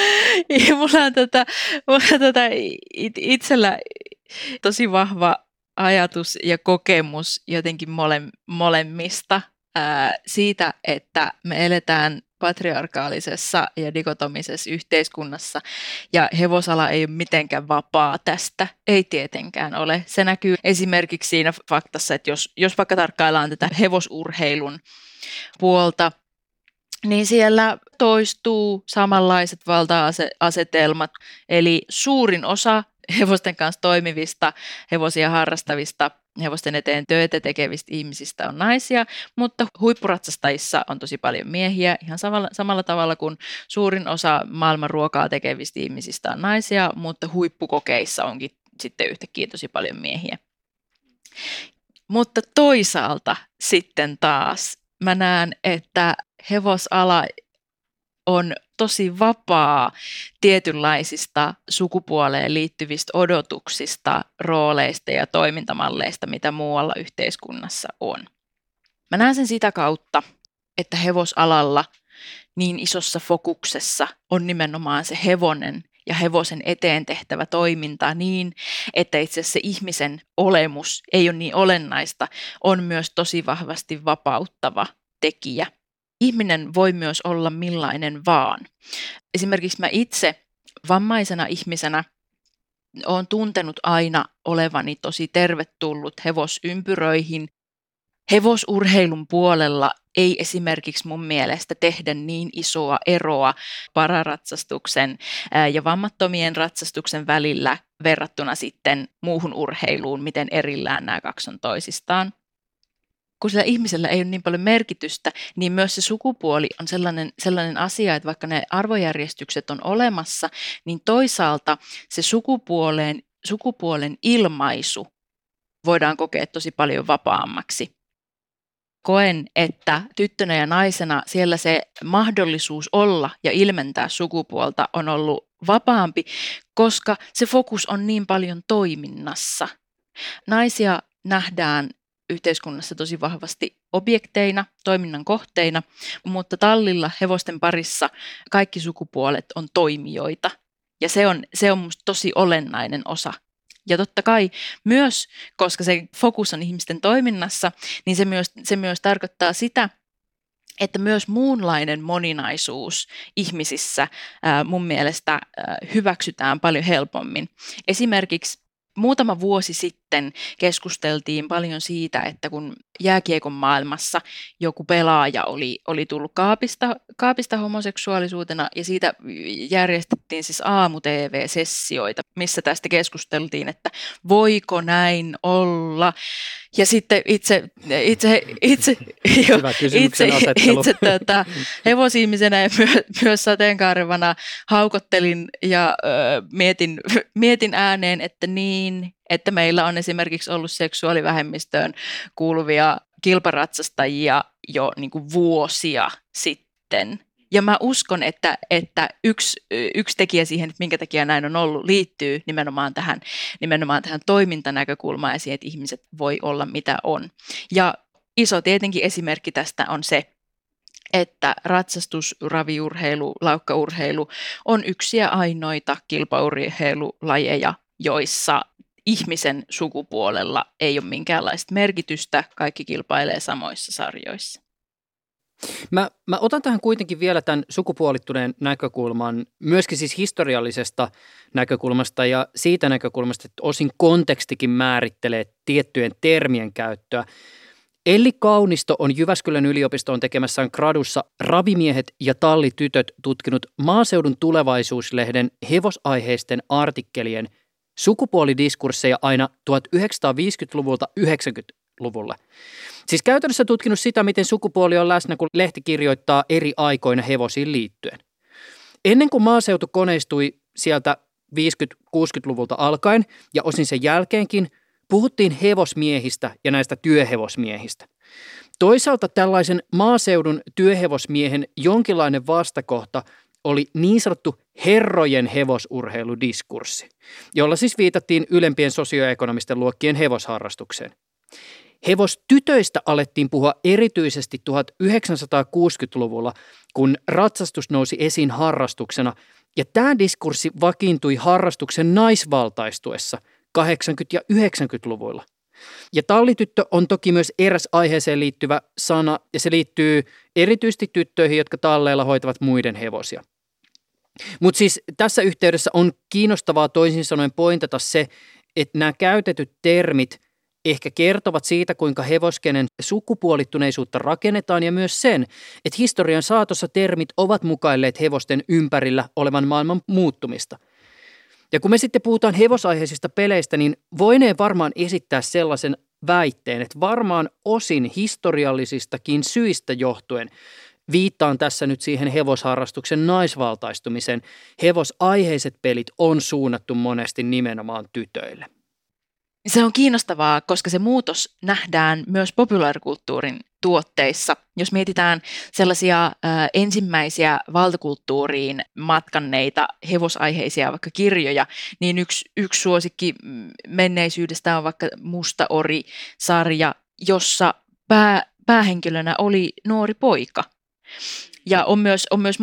Speaker 4: Mulla on itsellä tosi vahva ajatus ja kokemus jotenkin molemmista siitä, että me eletään patriarkaalisessa ja dikotomisessa yhteiskunnassa ja hevosala ei ole mitenkään vapaa tästä, ei tietenkään ole. Se näkyy esimerkiksi siinä faktassa, että jos vaikka tarkkaillaan tätä hevosurheilun puolta, niin siellä toistuu samanlaiset valta-asetelmat, eli suurin osa hevosten kanssa toimivista, hevosia harrastavista, hevosten eteen töitä tekevistä ihmisistä on naisia, mutta huippuratsastajissa on tosi paljon miehiä, ihan samalla tavalla kuin suurin osa maailman ruokaa tekevistä ihmisistä on naisia, mutta huippukokeissa onkin sitten yhtäkkiä tosi paljon miehiä. Mutta toisaalta sitten taas mä näen, että hevosala on tosi vapaa tietynlaisista sukupuoleen liittyvistä odotuksista, rooleista ja toimintamalleista, mitä muualla yhteiskunnassa on. Mä näen sen sitä kautta, että hevosalalla niin isossa fokuksessa on nimenomaan se hevonen ja hevosen eteen tehtävä toiminta niin, että itse asiassa se ihmisen olemus ei ole niin olennaista, on myös tosi vahvasti vapauttava tekijä. Ihminen voi myös olla millainen vaan. Esimerkiksi mä itse vammaisena ihmisenä olen tuntenut aina olevani tosi tervetullut hevosympyröihin. Hevosurheilun puolella ei esimerkiksi mun mielestä tehdä niin isoa eroa pararatsastuksen ja vammattomien ratsastuksen välillä verrattuna sitten muuhun urheiluun, miten erillään nämä kaksi on toisistaan. Kun sillä ihmisellä ei ole niin paljon merkitystä, niin myös se sukupuoli on sellainen asia, että vaikka ne arvojärjestykset on olemassa, niin toisaalta se sukupuolen ilmaisu voidaan kokea tosi paljon vapaammaksi. Koen, että tyttönä ja naisena siellä se mahdollisuus olla ja ilmentää sukupuolta on ollut vapaampi, koska se fokus on niin paljon toiminnassa. Naisia nähdään yhteiskunnassa tosi vahvasti objekteina, toiminnan kohteina, mutta tallilla hevosten parissa kaikki sukupuolet on toimijoita. Ja se on musta tosi olennainen osa. Ja totta kai myös, koska se fokus on ihmisten toiminnassa, niin se myös tarkoittaa sitä, että myös muunlainen moninaisuus ihmisissä mun mielestä hyväksytään paljon helpommin. Esimerkiksi muutama vuosi sitten keskusteltiin paljon siitä, että kun jääkiekon maailmassa joku pelaaja oli tullut kaapista homoseksuaalisuutena ja siitä järjestettiin siis aamu-tv-sessioita, missä tästä keskusteltiin, että voiko näin olla. Ja sitten itse hevosihmisenä ja myös sateenkaarevana haukottelin ja mietin ääneen, että niin, että meillä on esimerkiksi ollut seksuaalivähemmistöön kuuluvia kilparatsastajia jo niin kuin vuosia sitten. Ja mä uskon, että yksi tekijä siihen, että minkä takia näin on ollut, liittyy nimenomaan tähän toimintanäkökulmaan ja siihen, että ihmiset voi olla mitä on. Ja iso tietenkin esimerkki tästä on se, että ratsastus, raviurheilu, laukkaurheilu on yksi ja ainoita kilpaurheilulajeja, joissa ihmisen sukupuolella ei ole minkäänlaista merkitystä, kaikki kilpailee samoissa sarjoissa.
Speaker 3: Mä otan tähän kuitenkin vielä tämän sukupuolittuneen näkökulman, myöskin siis historiallisesta näkökulmasta ja siitä näkökulmasta, että osin kontekstikin määrittelee tiettyjen termien käyttöä. Elli Kaunisto on Jyväskylän yliopistoon tekemässään gradussa Ravimiehet ja tallitytöt tutkinut Maaseudun Tulevaisuuslehden hevosaiheisten artikkelien sukupuolidiskursseja aina 1950-luvulta 90-luvulle. Siis käytännössä tutkinut sitä, miten sukupuoli on läsnä, kun lehti kirjoittaa eri aikoina hevosiin liittyen. Ennen kuin maaseutu koneistui sieltä 50-60-luvulta alkaen ja osin sen jälkeenkin, puhuttiin hevosmiehistä ja näistä työhevosmiehistä. Toisaalta tällaisen maaseudun työhevosmiehen jonkinlainen vastakohta oli niin sanottu herrojen hevosurheiludiskurssi, jolla siis viitattiin ylempien sosioekonomisten luokkien hevosharrastukseen. Hevostytöistä alettiin puhua erityisesti 1960-luvulla, kun ratsastus nousi esiin harrastuksena, ja tämä diskurssi vakiintui harrastuksen naisvaltaistuessa 80- ja 90-luvuilla. Ja tallityttö on toki myös eräs aiheeseen liittyvä sana, ja se liittyy erityisesti tyttöihin, jotka talleilla hoitavat muiden hevosia. Mutta siis tässä yhteydessä on kiinnostavaa toisin sanoen pointata se, että nämä käytetyt termit ehkä kertovat siitä, kuinka hevoskenen sukupuolittuneisuutta rakennetaan ja myös sen, että historian saatossa termit ovat mukailleet hevosten ympärillä olevan maailman muuttumista. Ja kun me sitten puhutaan hevosaiheisista peleistä, niin voinee varmaan esittää sellaisen väitteen, että varmaan osin historiallisistakin syistä johtuen, viittaan tässä nyt siihen hevosharrastuksen naisvaltaistumiseen, hevosaiheiset pelit on suunnattu monesti nimenomaan tytöille.
Speaker 4: Se on kiinnostavaa, koska se muutos nähdään myös populaarikulttuurin tuotteissa. Jos mietitään sellaisia ensimmäisiä valtakulttuuriin matkanneita hevosaiheisia vaikka kirjoja, niin yksi suosikki menneisyydestä on vaikka Musta Ori-sarja, jossa päähenkilönä oli nuori poika. Ja on myös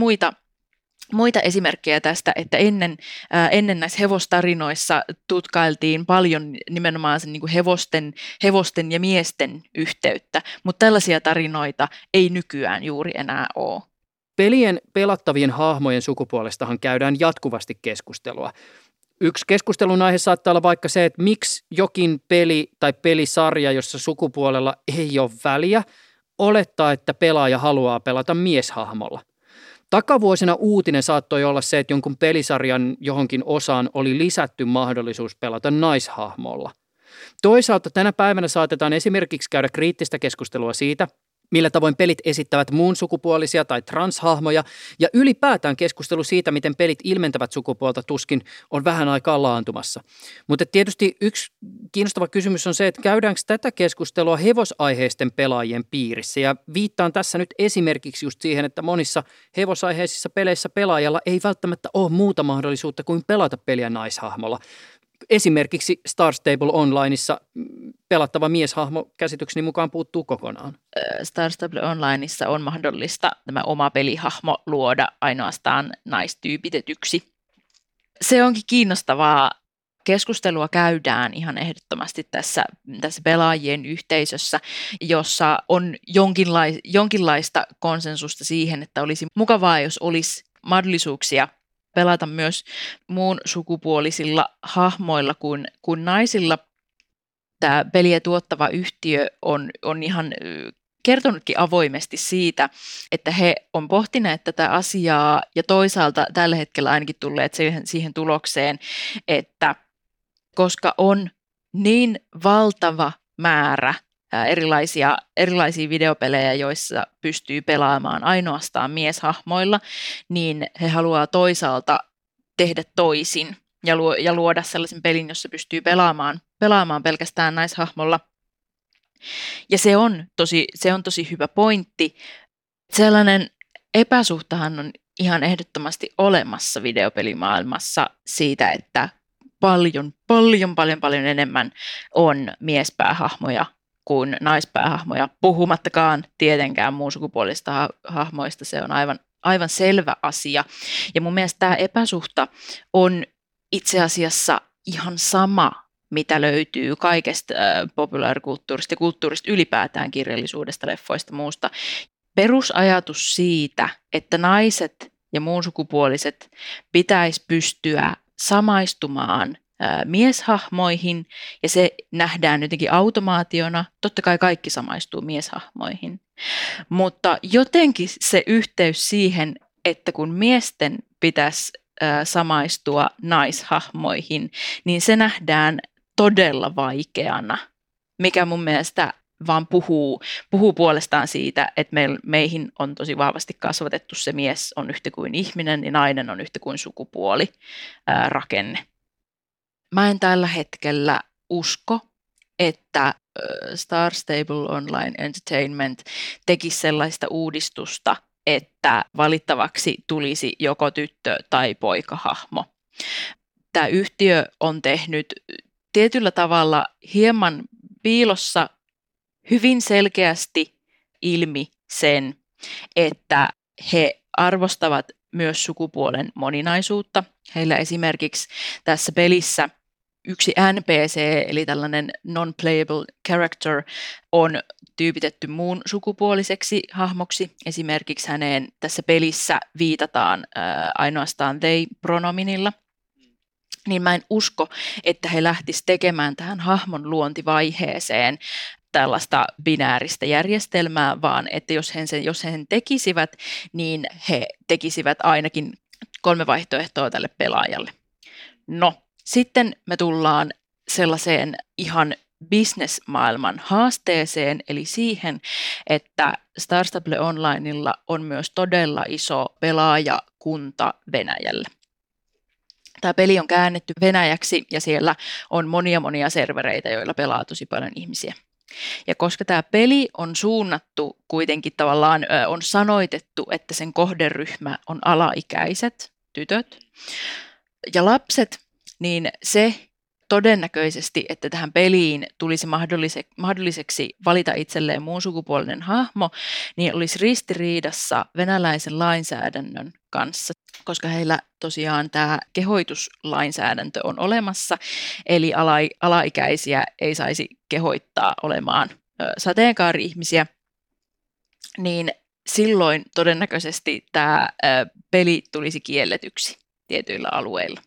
Speaker 4: muita esimerkkejä tästä, että ennen näissä hevostarinoissa tutkailtiin paljon nimenomaan sen niin kuin hevosten ja miesten yhteyttä, mutta tällaisia tarinoita ei nykyään juuri enää ole.
Speaker 3: Pelien pelattavien hahmojen sukupuolestahan käydään jatkuvasti keskustelua. Yksi keskustelun aihe saattaa olla vaikka se, että miksi jokin peli tai pelisarja, jossa sukupuolella ei ole väliä, olettaa, että pelaaja haluaa pelata mieshahmolla. Takavuosina uutinen saattoi olla se, että jonkun pelisarjan johonkin osaan oli lisätty mahdollisuus pelata naishahmolla. Toisaalta tänä päivänä saatetaan esimerkiksi käydä kriittistä keskustelua siitä, millä tavoin pelit esittävät muun sukupuolisia tai transhahmoja, ja ylipäätään keskustelu siitä, miten pelit ilmentävät sukupuolta, tuskin on vähän aikaa laantumassa. Mutta tietysti yksi kiinnostava kysymys on se, että käydäänkö tätä keskustelua hevosaiheisten pelaajien piirissä, ja viittaan tässä nyt esimerkiksi just siihen, että monissa hevosaiheisissa peleissä pelaajalla ei välttämättä ole muuta mahdollisuutta kuin pelata peliä naishahmolla. Esimerkiksi Star Stable Onlineissa pelattava mieshahmo käsitykseni mukaan puuttuu kokonaan.
Speaker 4: Star Stable Onlineissa on mahdollista tämä oma pelihahmo luoda ainoastaan naistyypitetyksi. Se onkin kiinnostavaa. Keskustelua käydään ihan ehdottomasti tässä pelaajien yhteisössä, jossa on jonkinlaista konsensusta siihen, että olisi mukavaa, jos olisi mahdollisuuksia pelata myös muun sukupuolisilla hahmoilla kuin naisilla. Tämä peliä tuottava yhtiö on ihan kertonutkin avoimesti siitä, että he on pohtineet tätä asiaa ja toisaalta tällä hetkellä ainakin tulleet siihen tulokseen, että koska on niin valtava määrä erilaisia videopelejä, joissa pystyy pelaamaan ainoastaan mieshahmoilla, niin he haluaa toisaalta tehdä toisin ja luoda sellaisen pelin, jossa pystyy pelaamaan pelkästään naishahmolla. Ja se on tosi hyvä pointti. Sellainen epäsuhtahan on ihan ehdottomasti olemassa videopelimaailmassa siitä, että paljon enemmän on miespäähahmoja kuin naispäähahmoja, puhumattakaan tietenkään muun sukupuolista hahmoista, se on aivan selvä asia. Ja mun mielestä tämä epäsuhta on itse asiassa ihan sama, mitä löytyy kaikesta populaarikulttuurista ja kulttuurista ylipäätään, kirjallisuudesta, leffoista, muusta. Perusajatus siitä, että naiset ja muun sukupuoliset pitäisi pystyä samaistumaan mieshahmoihin, ja se nähdään jotenkin automaationa. Totta kai kaikki samaistuu mieshahmoihin, mutta jotenkin se yhteys siihen, että kun miesten pitäisi samaistua naishahmoihin, niin se nähdään todella vaikeana, mikä mun mielestä vaan puhuu puolestaan siitä, että meihin on tosi vahvasti kasvatettu se mies on yhtä kuin ihminen ja nainen on yhtä kuin sukupuoli rakenne. Mä en tällä hetkellä usko, että Star Stable Online Entertainment tekisi sellaista uudistusta, että valittavaksi tulisi joko tyttö- tai poikahahmo. Tämä yhtiö on tehnyt tietyllä tavalla hieman piilossa hyvin selkeästi ilmi sen, että he arvostavat myös sukupuolen moninaisuutta. Heillä esimerkiksi tässä pelissä yksi NPC, eli tällainen non-playable character, on tyypitetty muun sukupuoliseksi hahmoksi. Esimerkiksi häneen tässä pelissä viitataan ainoastaan they-pronominilla. Niin mä en usko, että he lähtisivät tekemään tähän hahmon luontivaiheeseen tällaista binääristä järjestelmää, vaan että jos he sen tekisivät, niin he tekisivät ainakin 3 vaihtoehtoa tälle pelaajalle. No, sitten me tullaan sellaiseen ihan business-maailman haasteeseen, eli siihen, että Star Stable Onlinella on myös todella iso pelaajakunta Venäjällä. Tämä peli on käännetty venäjäksi ja siellä on monia servereitä, joilla pelaa tosi paljon ihmisiä. Ja koska tämä peli on suunnattu kuitenkin tavallaan, on sanoitettu, että sen kohderyhmä on alaikäiset tytöt ja lapset, niin se todennäköisesti, että tähän peliin tulisi mahdolliseksi valita itselleen muun sukupuolinen hahmo, niin olisi ristiriidassa venäläisen lainsäädännön kanssa, koska heillä tosiaan tämä kehoituslainsäädäntö on olemassa, eli alaikäisiä ei saisi kehoittaa olemaan sateenkaari-ihmisiä, niin silloin todennäköisesti tämä peli tulisi kielletyksi tietyillä alueilla.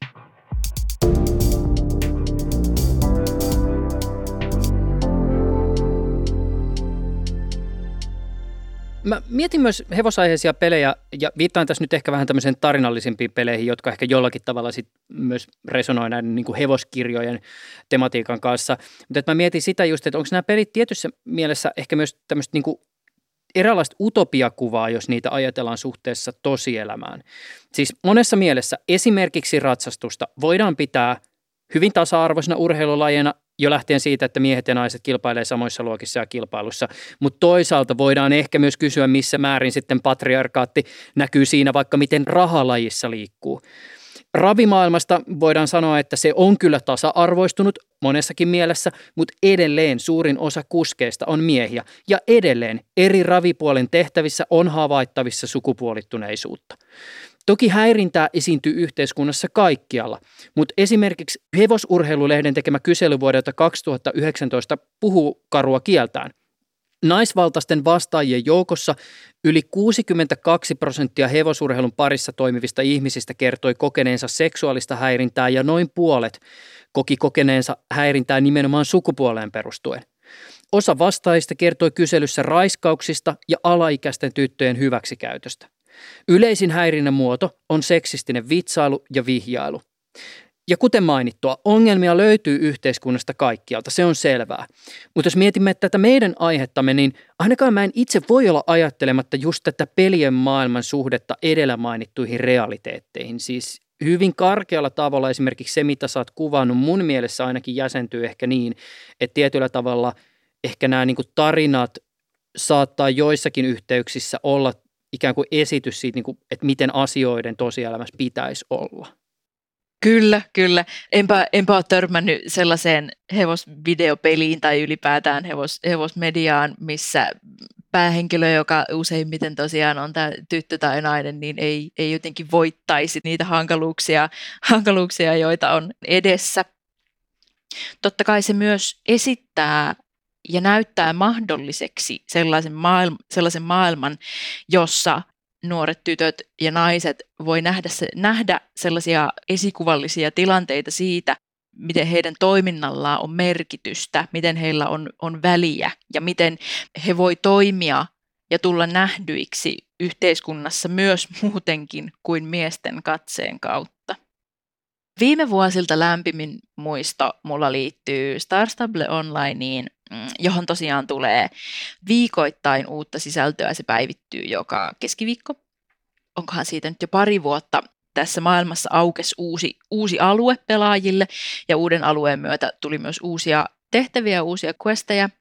Speaker 3: Mä mietin myös hevosaiheisia pelejä ja viittaan tässä nyt ehkä vähän tämmöisen tarinallisimpiin peleihin, jotka ehkä jollakin tavalla sit myös resonoi näiden niin kuin hevoskirjojen tematiikan kanssa. Mutta mä mietin sitä just, että onko nämä pelit tietyssä mielessä ehkä myös tämmöistä niin kuin eräänlaista utopiakuvaa, jos niitä ajatellaan suhteessa tosielämään. Siis monessa mielessä esimerkiksi ratsastusta voidaan pitää hyvin tasa-arvoisena urheilulajina jo lähtien siitä, että miehet ja naiset kilpailee samoissa luokissa ja kilpailussa, mutta toisaalta voidaan ehkä myös kysyä, missä määrin sitten patriarkaatti näkyy siinä, vaikka miten rahalajissa liikkuu. Ravimaailmasta voidaan sanoa, että se on kyllä tasa-arvoistunut monessakin mielessä, mutta edelleen suurin osa kuskeista on miehiä ja edelleen eri ravipuolen tehtävissä on havaittavissa sukupuolittuneisuutta. Toki häirintää esiintyy yhteiskunnassa kaikkialla, mutta esimerkiksi Hevosurheilulehden tekemä kysely vuodelta 2019 puhuu karua kieltään. Naisvaltaisten vastaajien joukossa yli 62% hevosurheilun parissa toimivista ihmisistä kertoi kokeneensa seksuaalista häirintää ja noin puolet koki kokeneensa häirintää nimenomaan sukupuoleen perustuen. Osa vastaajista kertoi kyselyssä raiskauksista ja alaikäisten tyttöjen hyväksikäytöstä. Yleisin häirinnän muoto on seksistinen vitsailu ja vihjailu. Ja kuten mainittua, ongelmia löytyy yhteiskunnasta kaikkialta, se on selvää. Mutta jos mietimme tätä meidän aihettamme, niin ainakaan mä en itse voi olla ajattelematta just tätä pelien maailman suhdetta edellä mainittuihin realiteetteihin. Siis hyvin karkealla tavalla esimerkiksi se, mitä sä oot kuvannut, mun mielessä ainakin jäsentyy ehkä niin, että tietyllä tavalla ehkä nämä niin kuin tarinat saattaa joissakin yhteyksissä olla ikään kuin esitys siitä, että miten asioiden tosielämässä pitäisi olla.
Speaker 4: Kyllä. Enpä ole törmännyt sellaiseen hevosvideopeliin tai ylipäätään hevosmediaan, missä päähenkilö, joka useimmiten tosiaan on tämä tyttö tai nainen, niin ei jotenkin voittaisi niitä hankaluuksia, joita on edessä. Totta kai se myös esittää ja näyttää mahdolliseksi sellaisen maailman, jossa nuoret tytöt ja naiset voi nähdä sellaisia esikuvallisia tilanteita siitä, miten heidän toiminnallaan on merkitystä, miten heillä on väliä ja miten he voi toimia ja tulla nähdyiksi yhteiskunnassa myös muutenkin kuin miesten katseen kautta. Viime vuosilta lämpimin muisto mulla liittyy Star Stable Onlineen, johon tosiaan tulee viikoittain uutta sisältöä. Se päivittyy joka keskiviikko. Onkohan siitä nyt jo pari vuotta. Tässä maailmassa aukesi uusi alue pelaajille ja uuden alueen myötä tuli myös uusia tehtäviä, uusia questeja.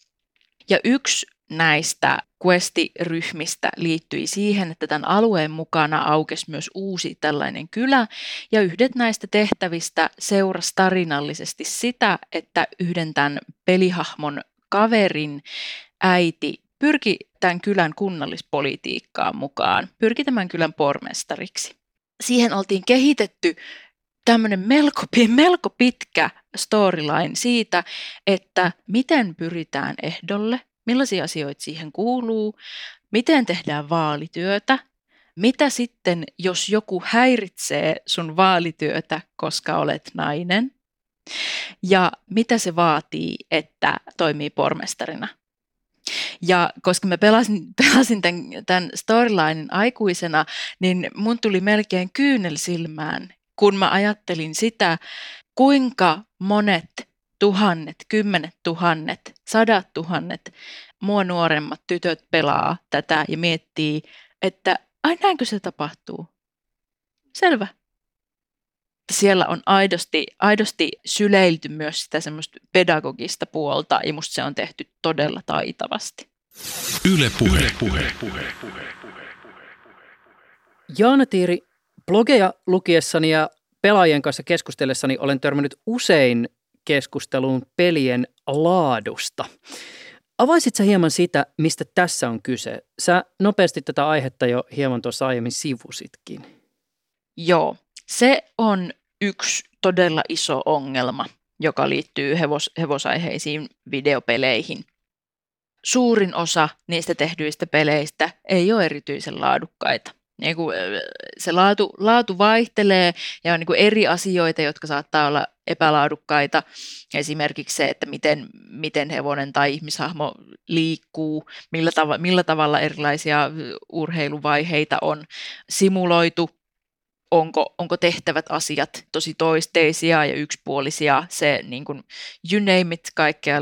Speaker 4: Ja yksi näistä questiryhmistä liittyi siihen, että tämän alueen mukana aukesi myös uusi tällainen kylä, ja yhdet näistä tehtävistä seurasi tarinallisesti sitä, että yhden tämän pelihahmon kaverin äiti pyrki tämän kylän kunnallispolitiikkaan mukaan, pyrki tämän kylän pormestariksi. Siihen oltiin kehitetty tämmöinen melko pitkä storyline siitä, että miten pyritään ehdolle, millaisia asioita siihen kuuluu, miten tehdään vaalityötä, mitä sitten, jos joku häiritsee sun vaalityötä, koska olet nainen, ja mitä se vaatii, että toimii pormestarina. Ja koska mä pelasin tämän storylinen aikuisena, niin mun tuli melkein kyynel silmään, kun mä ajattelin sitä, kuinka monet tuhannet, 10 000, 100 000 mua nuoremmat tytöt pelaa tätä ja miettii, että ai näinkö se tapahtuu? Selvä. Siellä on aidosti syleilty myös sitä semmoista pedagogista puolta ja musta se on tehty todella taitavasti.
Speaker 2: Yle Puhe.
Speaker 3: Jaana Tiiri, blogeja lukiessani ja pelaajien kanssa keskustellessani olen törmännyt usein keskusteluun pelien laadusta. Avaisit sä hieman sitä, mistä tässä on kyse? Sä nopeasti tätä aihetta jo hieman tuossa aiemmin sivusitkin.
Speaker 4: Joo, se on yksi todella iso ongelma, joka liittyy hevosaiheisiin videopeleihin. Suurin osa niistä tehdyistä peleistä ei ole erityisen laadukkaita. Se laatu vaihtelee ja on eri asioita, jotka saattaa olla epälaadukkaita. Esimerkiksi se, että miten hevonen tai ihmishahmo liikkuu, millä tavalla erilaisia urheiluvaiheita on simuloitu. Onko tehtävät asiat tosi toisteisia ja yksipuolisia, se niin kuin you name it, kaikkea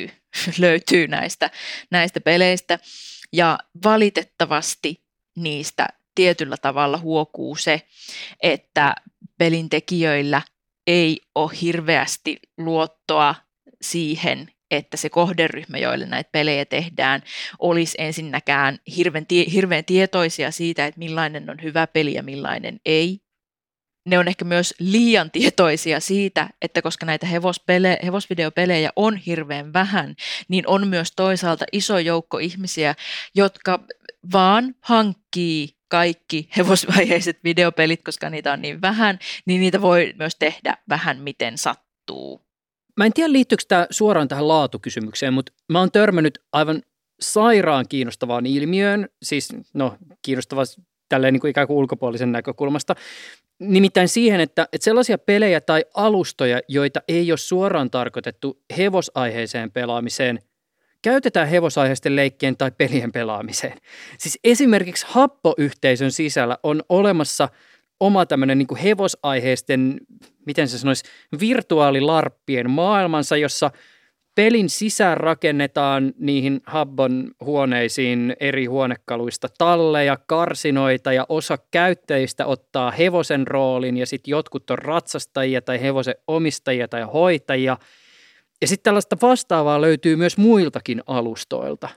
Speaker 4: löytyy näistä peleistä. Ja valitettavasti niistä tietyllä tavalla huokuu se, että pelintekijöillä ei ole hirveästi luottoa siihen, että se kohderyhmä, joille näitä pelejä tehdään, olisi ensinnäkään hirveän tietoisia siitä, että millainen on hyvä peli ja millainen ei. Ne on ehkä myös liian tietoisia siitä, että koska näitä hevosvideopelejä on hirveän vähän, niin on myös toisaalta iso joukko ihmisiä, jotka vaan hankkii kaikki hevosvaiheiset videopelit, koska niitä on niin vähän, niin niitä voi myös tehdä vähän miten sattuu.
Speaker 3: Mä en tiedä, liittyykö tämä suoraan tähän laatukysymykseen, mutta mä oon törmännyt aivan sairaan kiinnostavaan ilmiöön, siis kiinnostavaa tälleen niin kuin ikään kuin ulkopuolisen näkökulmasta, nimittäin siihen, että sellaisia pelejä tai alustoja, joita ei ole suoraan tarkoitettu hevosaiheiseen pelaamiseen, käytetään hevosaiheisten leikkien tai pelien pelaamiseen. Siis esimerkiksi Habbo-yhteisön sisällä on olemassa oma tämmöinen niin kuin hevosaiheisten, miten se sanoisi, virtuaalilarppien maailmansa, jossa pelin sisään rakennetaan niihin Habbon huoneisiin eri huonekaluista talleja, karsinoita ja osa käyttäjistä ottaa hevosen roolin ja sitten jotkut on ratsastajia tai hevosen omistajia tai hoitajia. Ja sitten tällaista vastaavaa löytyy myös muiltakin alustoilta,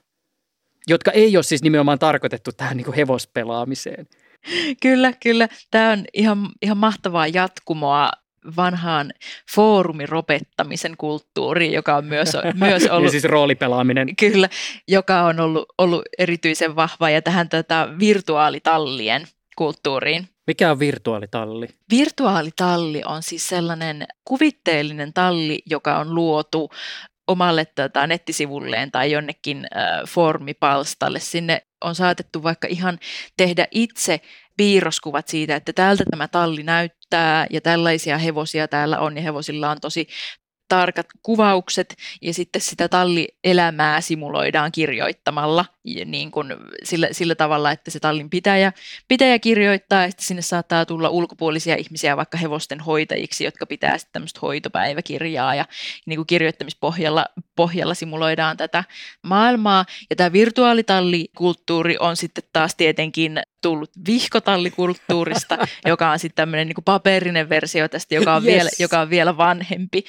Speaker 3: jotka ei ole siis nimenomaan tarkoitettu tähän niin kuin hevospelaamiseen.
Speaker 4: Kyllä. Tämä on ihan mahtavaa jatkumoa vanhaan foorumiropettamisen kulttuuriin, joka on myös ollut...
Speaker 3: ja siis roolipelaaminen.
Speaker 4: Kyllä, joka on ollut erityisen vahva ja tähän virtuaalitallien kulttuuriin.
Speaker 3: Mikä on virtuaalitalli?
Speaker 4: Virtuaalitalli on siis sellainen kuvitteellinen talli, joka on luotu omalle nettisivulleen tai jonnekin foorumipalstalle. Sinne on saatettu vaikka ihan tehdä itse piirroskuvat siitä, että täältä tämä talli näyttää ja tällaisia hevosia täällä on ja hevosilla on tosi tarkat kuvaukset ja sitten sitä tallielämää simuloidaan kirjoittamalla niin kuin sillä tavalla, että se tallin pitäjä kirjoittaa ja sitten sinne saattaa tulla ulkopuolisia ihmisiä vaikka hevosten hoitajiksi, jotka pitää sitten tämmöistä hoitopäiväkirjaa ja niin kuin kirjoittamispohjalla simuloidaan tätä maailmaa. Ja tämä virtuaalitallikulttuuri on sitten taas tietenkin tullut vihkotallikulttuurista, joka on sitten tämmöinen niin kuin paperinen versio tästä, joka on vielä vanhempi.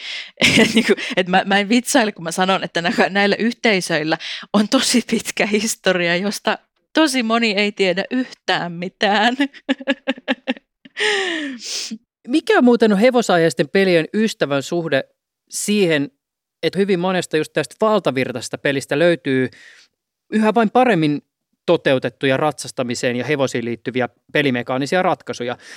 Speaker 4: Mä en vitsaile, kun mä sanon, että näillä yhteisöillä on tosi pitkä historia, josta tosi moni ei tiedä yhtään mitään.
Speaker 3: Mikä muuten on hevosaiheisten pelien ystävän suhde siihen, että hyvin monesta just tästä valtavirtaisesta pelistä löytyy yhä vain paremmin toteutettuja ratsastamiseen ja hevosiin liittyviä pelimekaanisia ratkaisuja.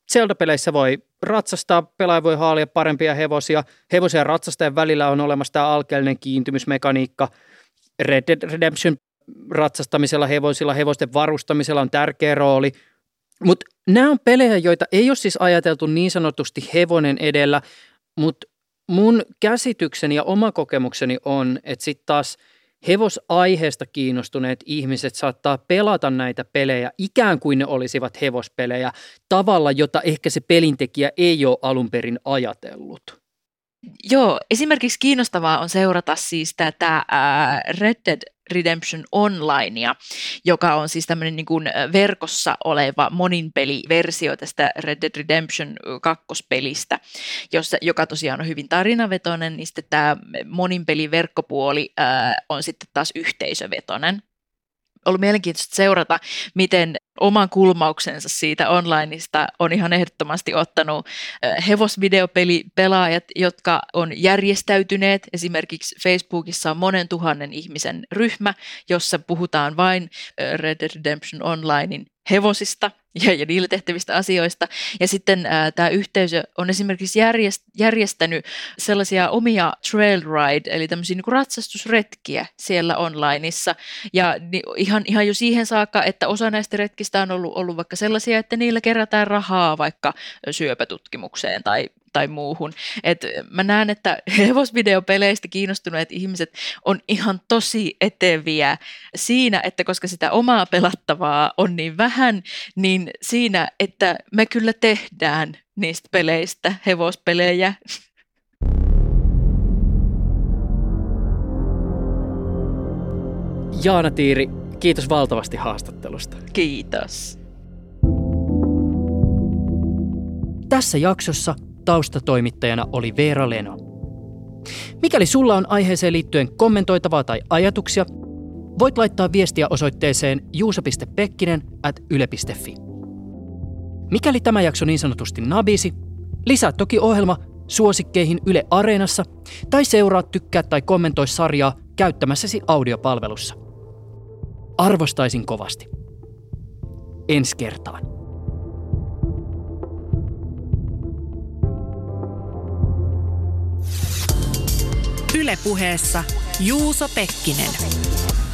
Speaker 3: Zelda-peleissä voi ratsastaa, pelaaja voi haalia parempia hevosia. Hevosen ja ratsastajan välillä on olemassa tämä alkeellinen kiintymysmekaniikka. Red Dead Redemption ratsastamisella hevosilla, hevosten varustamisella on tärkeä rooli. Mutta nämä on pelejä, joita ei ole siis ajateltu niin sanotusti hevonen edellä, mutta mun käsitykseni ja oma kokemukseni on, että sitten taas hevosaiheesta kiinnostuneet ihmiset saattaa pelata näitä pelejä ikään kuin ne olisivat hevospelejä tavalla, jota ehkä se pelintekijä ei ole alun perin ajatellut.
Speaker 4: Joo, esimerkiksi kiinnostavaa on seurata siis tätä Red Dead Redemption Onlinea, joka on siis tämmöinen niin kuin verkossa oleva moninpeliversio tästä Red Dead Redemption 2-pelistä, joka tosiaan on hyvin tarinavetoinen, niin sitten tämä moninpeliverkkopuoli on sitten taas yhteisövetoinen. Ollut mielenkiintoista seurata, miten oman kulmauksensa siitä onlineista on ihan ehdottomasti ottanut hevosvideopelipelaajat, jotka on järjestäytyneet. Esimerkiksi Facebookissa on 10 000 ihmisen ryhmä, jossa puhutaan vain Red Dead Redemption Onlinein hevosista ja niille tehtävistä asioista. Ja sitten tämä yhteisö on esimerkiksi järjestänyt sellaisia omia trail ride, eli tämmöisiä niin kuin ratsastusretkiä siellä onlineissa. Ja ihan jo siihen saakka, että osa näistä retkistä on ollut vaikka sellaisia, että niillä kerätään rahaa vaikka syöpätutkimukseen tai muuhun. Et mä näen, että hevosvideopeleistä kiinnostuneet ihmiset on ihan tosi eteviä siinä, että koska sitä omaa pelattavaa on niin vähän, niin siinä, että me kyllä tehdään niistä peleistä hevospelejä.
Speaker 3: Jaana Tiiri, kiitos valtavasti haastattelusta.
Speaker 4: Kiitos.
Speaker 3: Tässä jaksossa taustatoimittajana oli Veera Leno. Mikäli sulla on aiheeseen liittyen kommentoitavaa tai ajatuksia, voit laittaa viestiä osoitteeseen juuso.pekkinen@yle.fi. Mikäli tämä jakso niin sanotusti nabisi, lisää toki ohjelma suosikkeihin Yle Areenassa tai seuraa, tykkää tai kommentoi sarjaa käyttämässäsi audiopalvelussa. Arvostaisin kovasti. Ensi kertaan.
Speaker 1: Yle Puheessa Juuso Pekkinen.